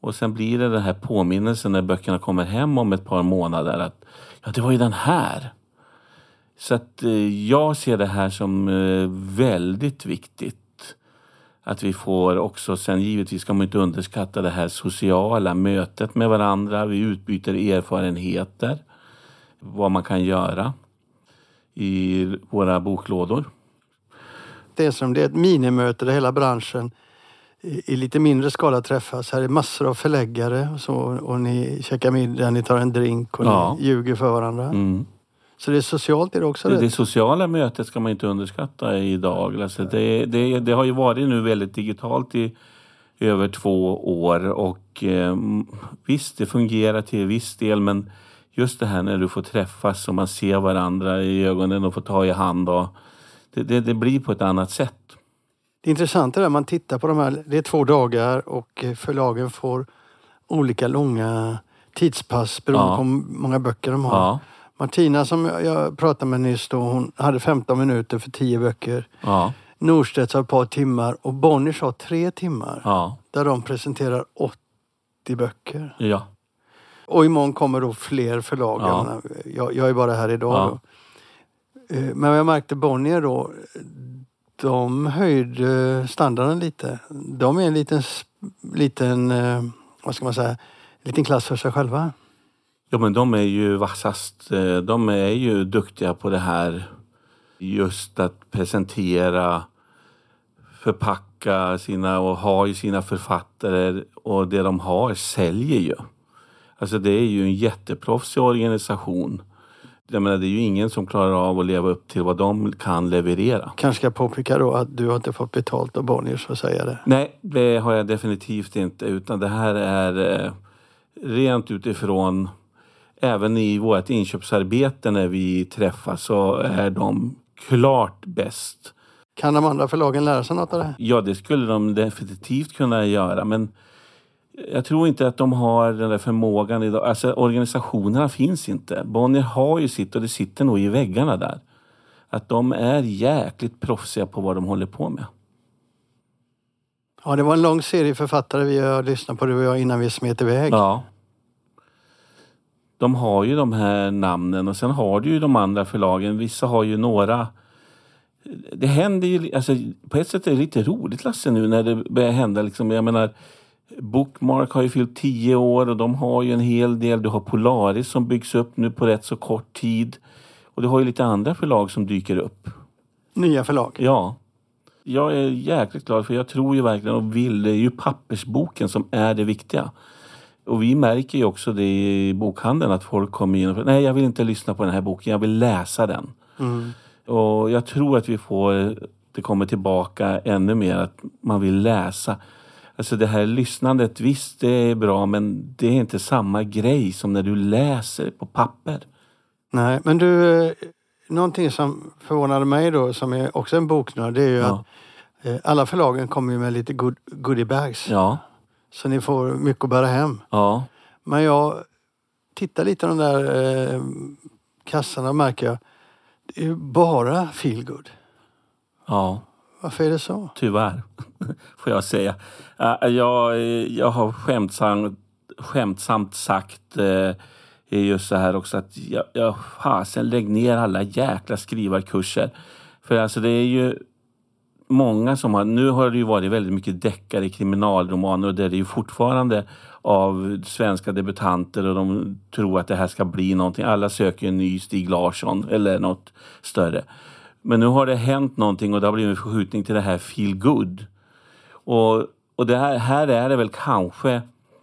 Och sen blir det den här påminnelsen när böckerna kommer hem om ett par månader att ja, det var ju den här. Så att jag ser det här som väldigt viktigt. Att vi får också, sen givetvis ska man inte underskatta det här sociala mötet med varandra. Vi utbyter erfarenheter. Vad man kan göra i våra boklådor. Det är ett minimöte där hela branschen i lite mindre skala träffas. Här är massor av förläggare och så, och ni käkar middag, ni tar en drink och ni ljuger för varandra. Mm. Så det är socialt, är det också det sociala mötet ska man inte underskatta idag. Alltså det har ju varit nu väldigt digitalt i över 2 år och visst, det fungerar till viss del, men just det här när du får träffas och man ser varandra i ögonen och får ta i hand och det blir på ett annat sätt. Det är intressant det där, man tittar på de här, det är 2 dagar och förlagen får olika långa tidspass beroende på hur många böcker de har. Ja. Martina som jag pratade med nyss då, hon hade 15 minuter för 10 böcker. Ja. Norstedts har ett par timmar och Bonniers har 3 timmar. Ja. Där de presenterar 80 böcker. Ja. Och imorgon kommer då fler förlag. Ja. Jag är bara här idag Ja. då. Men jag märkte Bonnier då, de höjde standarden lite. De är en liten vad ska man säga, liten klass för sig själva. Ja, men de är ju vassast. De är ju duktiga på det här. Just att presentera, förpacka sina och ha ju sina författare. Och det de har säljer ju. Alltså det är ju en jätteproffsig organisation. Jag menar, det är ju ingen som klarar av att leva upp till vad de kan leverera. Kanske ska jag påpeka då att du har inte fått betalt av Bonniers för att säga det. Nej, det har jag definitivt inte. Utan det här är rent utifrån, även i vårt inköpsarbete när vi träffas så är de klart bäst. Kan de andra förlagen lära sig något av det här? Ja, det skulle de definitivt kunna göra, men jag tror inte att de har den där förmågan idag. Alltså organisationerna finns inte. Bonnier har ju sitt och det sitter nog i väggarna där. Att de är jäkligt proffsiga på vad de håller på med. Ja, det var en lång serie författare vi har lyssnat på, du och jag, innan vi smet iväg. Ja. De har ju de här namnen och sen har du ju de andra förlagen. Vissa har ju några. Det händer ju, alltså på ett sätt är det lite roligt, Lasse, nu när det börjar hända liksom, jag menar, Bookmark har ju fyllt 10 år och de har ju en hel del. Du har Polaris som byggs upp nu på rätt så kort tid. Och du har ju lite andra förlag som dyker upp. Nya förlag? Ja. Jag är jäkligt glad för jag tror ju verkligen och vill. Det är ju pappersboken som är det viktiga. Och vi märker ju också det i bokhandeln att folk kommer in och nej, jag vill inte lyssna på den här boken. Jag vill läsa den. Mm. Och jag tror att det kommer tillbaka ännu mer att man vill läsa. Alltså det här lyssnandet, visst det är bra, men det är inte samma grej som när du läser på papper. Nej, men du, någonting som förvånade mig då, som är också en boknörd, det är ju att alla förlagen kommer ju med lite goodie bags. Ja. Så ni får mycket att bära hem. Ja. Men jag tittar lite på de där kassarna och märker jag, det är ju bara feel good. Ja. Varför är det så? Tyvärr, får jag säga. Jag har skämtsamt sagt just så här också att sen lägg ner alla jäkla skrivarkurser. För alltså det är ju många som har, nu har det ju varit väldigt mycket deckare i kriminalromaner och det är ju fortfarande av svenska debutanter och de tror att det här ska bli någonting. Alla söker en ny Stig Larsson eller något större. Men nu har det hänt någonting och det har blivit en förskjutning till det här feel good. Och det här är det väl kanske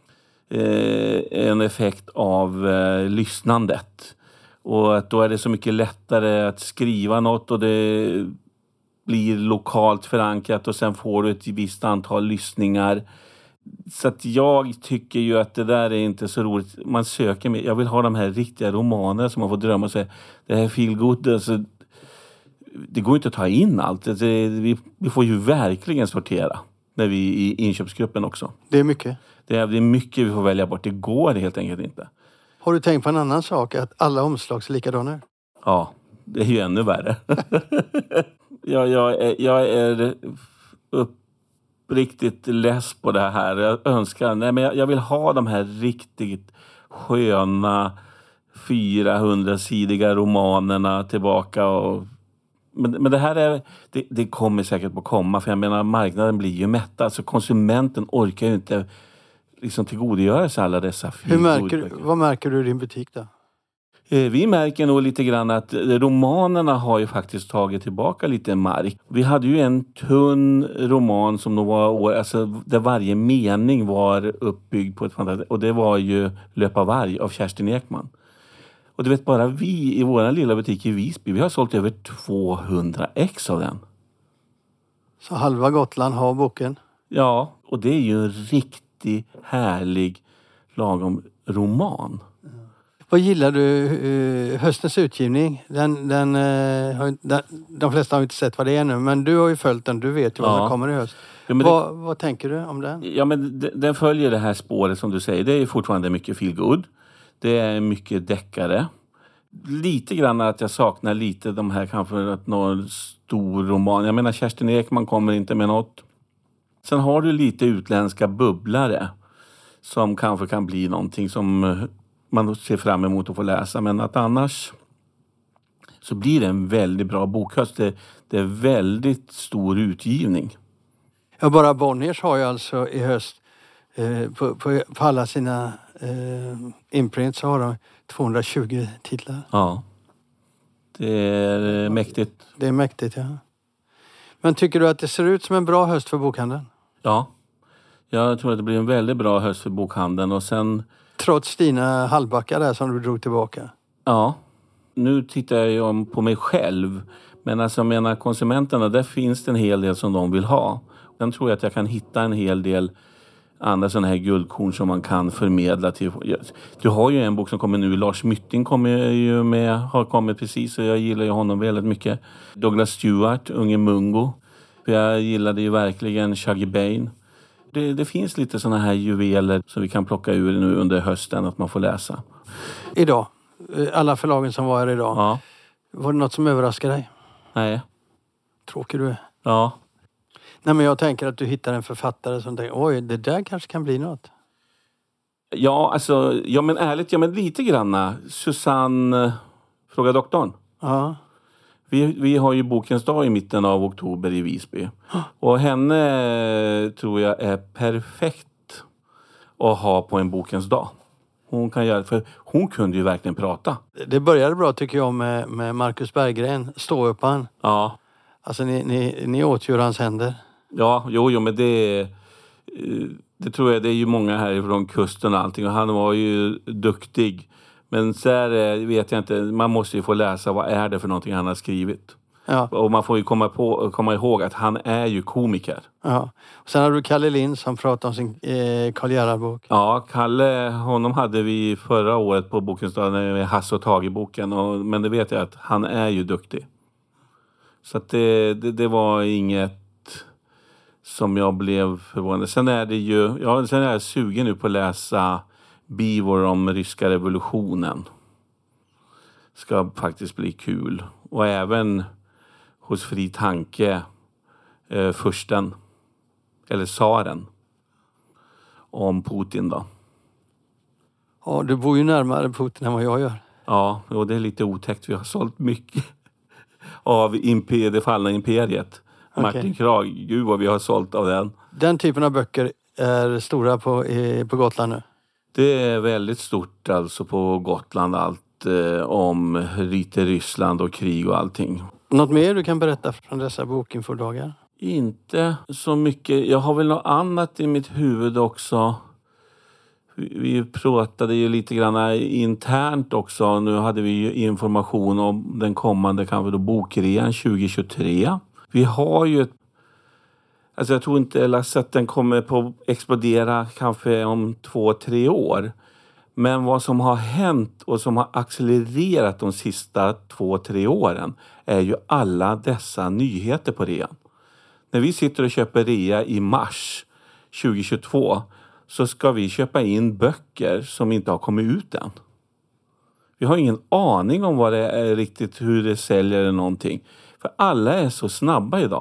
en effekt av lyssnandet. Och att då är det så mycket lättare att skriva något och det blir lokalt förankrat och sen får du ett visst antal lyssningar. Så att jag tycker ju att det där är inte så roligt. Man söker med, jag vill ha de här riktiga romanerna som man får drömma sig. Det här feel good, alltså, det går inte att ta in allt. Vi får ju verkligen sortera när vi i inköpsgruppen också. Det är mycket. Det är mycket vi får välja bort. Det går helt enkelt inte. Har du tänkt på en annan sak? Att alla omslag ser likadana ut? Ja, det är ju ännu värre. Jag är uppriktigt less på det här. Jag önskar, nej men jag vill ha de här riktigt sköna 400-sidiga romanerna tillbaka. Men det här det kommer säkert att komma, för jag menar marknaden blir ju mättad, så konsumenten orkar ju inte liksom tillgodogöra sig alla dessa Vad märker du i din butik då? Vi märker nog lite grann att romanerna har ju faktiskt tagit tillbaka lite mark. Vi hade ju en tunn roman som nog var, alltså där varje mening var uppbyggd på ett fantastiskt, och det var ju Löpa varg av Kerstin Ekman. Och du vet, bara vi i vår lilla butik i Visby, vi har sålt över 200 ex av den. Så halva Gotland har boken? Ja. Och det är ju en riktigt härlig lagom roman. Vad gillar du höstens utgivning? De flesta har inte sett vad det är nu, men du har ju följt den. Du vet ju vad som kommer i höst. Ja, vad tänker du om den? Ja, men den följer det här spåret som du säger. Det är fortfarande mycket feel good. Det är mycket deckare. Lite grann att jag saknar lite de här kanske någon stor roman. Jag menar, Kerstin Ekman kommer inte med något. Sen har du lite utländska bubblare som kanske kan bli någonting som man ser fram emot att få läsa. Men att annars så blir det en väldigt bra bokhöst. Det är väldigt stor utgivning. Ja, bara Bonniers har ju alltså i höst på alla sina imprints så har de 220 titlar. Ja, det är mäktigt. Det är mäktigt, ja. Men tycker du att det ser ut som en bra höst för bokhandeln? Ja, jag tror att det blir en väldigt bra höst för bokhandeln. Och sen... Trots dina halvbackar där som du drog tillbaka? Ja, nu tittar jag ju på mig själv. Men alltså, jag menar, konsumenterna, där finns det en hel del som de vill ha. Sen tror jag att jag kan hitta en hel del andra sådana här guldkorn som man kan förmedla till. Du har ju en bok som kommer nu, Lars Mytting kommer ju med, har kommit precis, och jag gillar ju honom väldigt mycket. Douglas Stewart, Unge Mungo. Jag gillade ju verkligen Shuggy Bain. Det finns lite sådana här juveler som vi kan plocka ur nu under hösten att man får läsa. Idag, alla förlagen som var här idag. Ja. Var det något som överraskade dig? Nej. Tråkig du är. Ja. Nej, men jag tänker att du hittar en författare som tänker, oj, det där kanske kan bli något. Ja, alltså, ja men ärligt, ja men lite granna. Susanne, Fråga doktorn. Ja. Vi har ju Bokens dag i mitten av oktober i Visby. Och henne tror jag är perfekt att ha på en Bokens dag. Hon kan göra, för hon kunde ju verkligen prata. Det började bra tycker jag med Marcus Berggren, ståuppan. Ja. Alltså ni åt ju hans händer. Ja, jo men det tror jag, det är ju många härifrån kusten och allting. Och han var ju duktig. Men så här vet jag inte, man måste ju få läsa vad är det för någonting han har skrivit. Ja. Och man får ju komma ihåg att han är ju komiker. Ja. Och sen har du Kalle Lind som pratar om sin Karl Gerhard-bok. Ja, Kalle, honom hade vi förra året på Bokens dag med Hasse och Tage-boken. Men det vet jag att han är ju duktig. Så att det var inget som jag blev förvånad. Sen är det ju, sen är jag sugen nu på att läsa Beaver om ryska revolutionen. Ska faktiskt bli kul. Och även hos Fri Tanke, fursten, eller tsaren, om Putin då. Ja, du bor ju närmare Putin än vad jag gör. Ja, och det är lite otäckt. Vi har sålt mycket av det fallna imperiet. Okay. Martin Krag, gud vad vi har sålt av den. Den typen av böcker är stora på Gotland nu? Det är väldigt stort alltså på Gotland, allt om Ryssland och krig och allting. Något mer du kan berätta från dessa bokinfodagar? Inte så mycket. Jag har väl något annat i mitt huvud också. Vi pratade ju lite grann internt också. Nu hade vi ju information om den kommande kanske då bokrean 2023. Vi har ju alltså jag tror inte Lasse att den kommer på explodera kanske om 2-3 år. Men vad som har hänt och som har accelererat de sista 2-3 åren är ju alla dessa nyheter på rean. När vi sitter och köper rea i mars 2022 så ska vi köpa in böcker som inte har kommit ut än. Vi har ingen aning om vad det är riktigt, hur det säljer eller någonting. För alla är så snabba idag.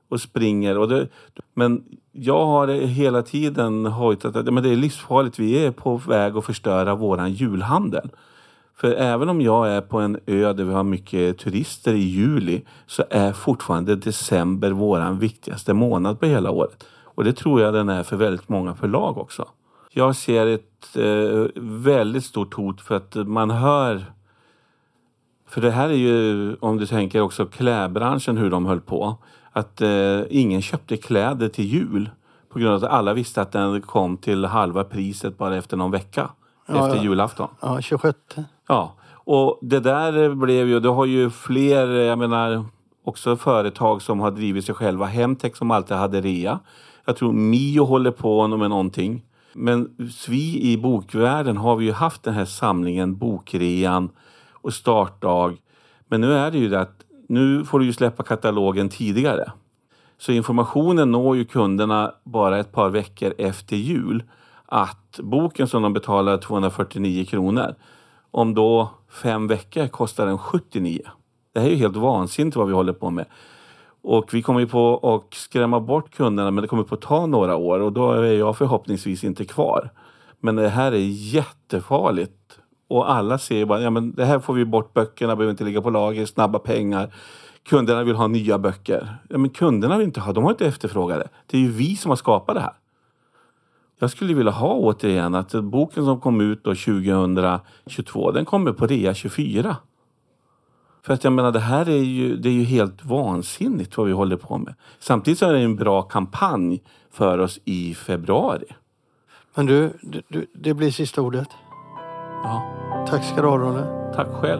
och springer. Men jag har hela tiden hojtat att men det är livsfarligt. Vi är på väg att förstöra våran julhandel. För även om jag är på en ö där vi har mycket turister i juli så är fortfarande december våran viktigaste månad på hela året. Och det tror jag den är för väldigt många förlag också. Jag ser ett väldigt stort hot för att man hör... För det här är ju, om du tänker också klädbranschen hur de höll på. Att ingen köpte kläder till jul. På grund av att alla visste att den kom till halva priset bara efter någon vecka. Efter julafton. Ja, 26. Ja, och det där blev ju, det har ju fler, jag menar också företag som har drivit sig själva. Hemtex som alltid hade rea. Jag tror Mio håller på med någonting. Men vi i bokvärlden har vi ju haft den här samlingen, bokrean och startdag. Men nu är det ju det att nu får du ju släppa katalogen tidigare. Så informationen når ju kunderna bara ett par veckor efter jul. Att boken som de betalar 249 kronor. Om då 5 veckor kostar den 79. Det här är ju helt vansinnigt vad vi håller på med. Och vi kommer ju på att skrämma bort kunderna, men det kommer på att ta några år. Och då är jag förhoppningsvis inte kvar. Men det här är jättefarligt. Och alla ser bara, ja men det här får vi bort, böckerna behöver inte ligga på lager, snabba pengar. Kunderna vill ha nya böcker. Ja men kunderna vill inte ha, de har inte efterfrågat det. Det är ju vi som har skapat det här. Jag skulle vilja ha återigen att boken som kom ut då 2022, den kommer på rea 24. För att jag menar, det här är ju helt vansinnigt vad vi håller på med. Samtidigt så är det en bra kampanj för oss i februari. Men du, det blir sista ordet. Ja. Tack ska du ha, Ronne. Tack själv.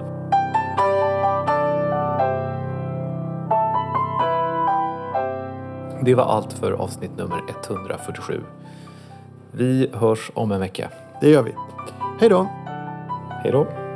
Det var allt för avsnitt nummer 147. Vi hörs om en vecka. Det gör vi. Hej då. Hej då.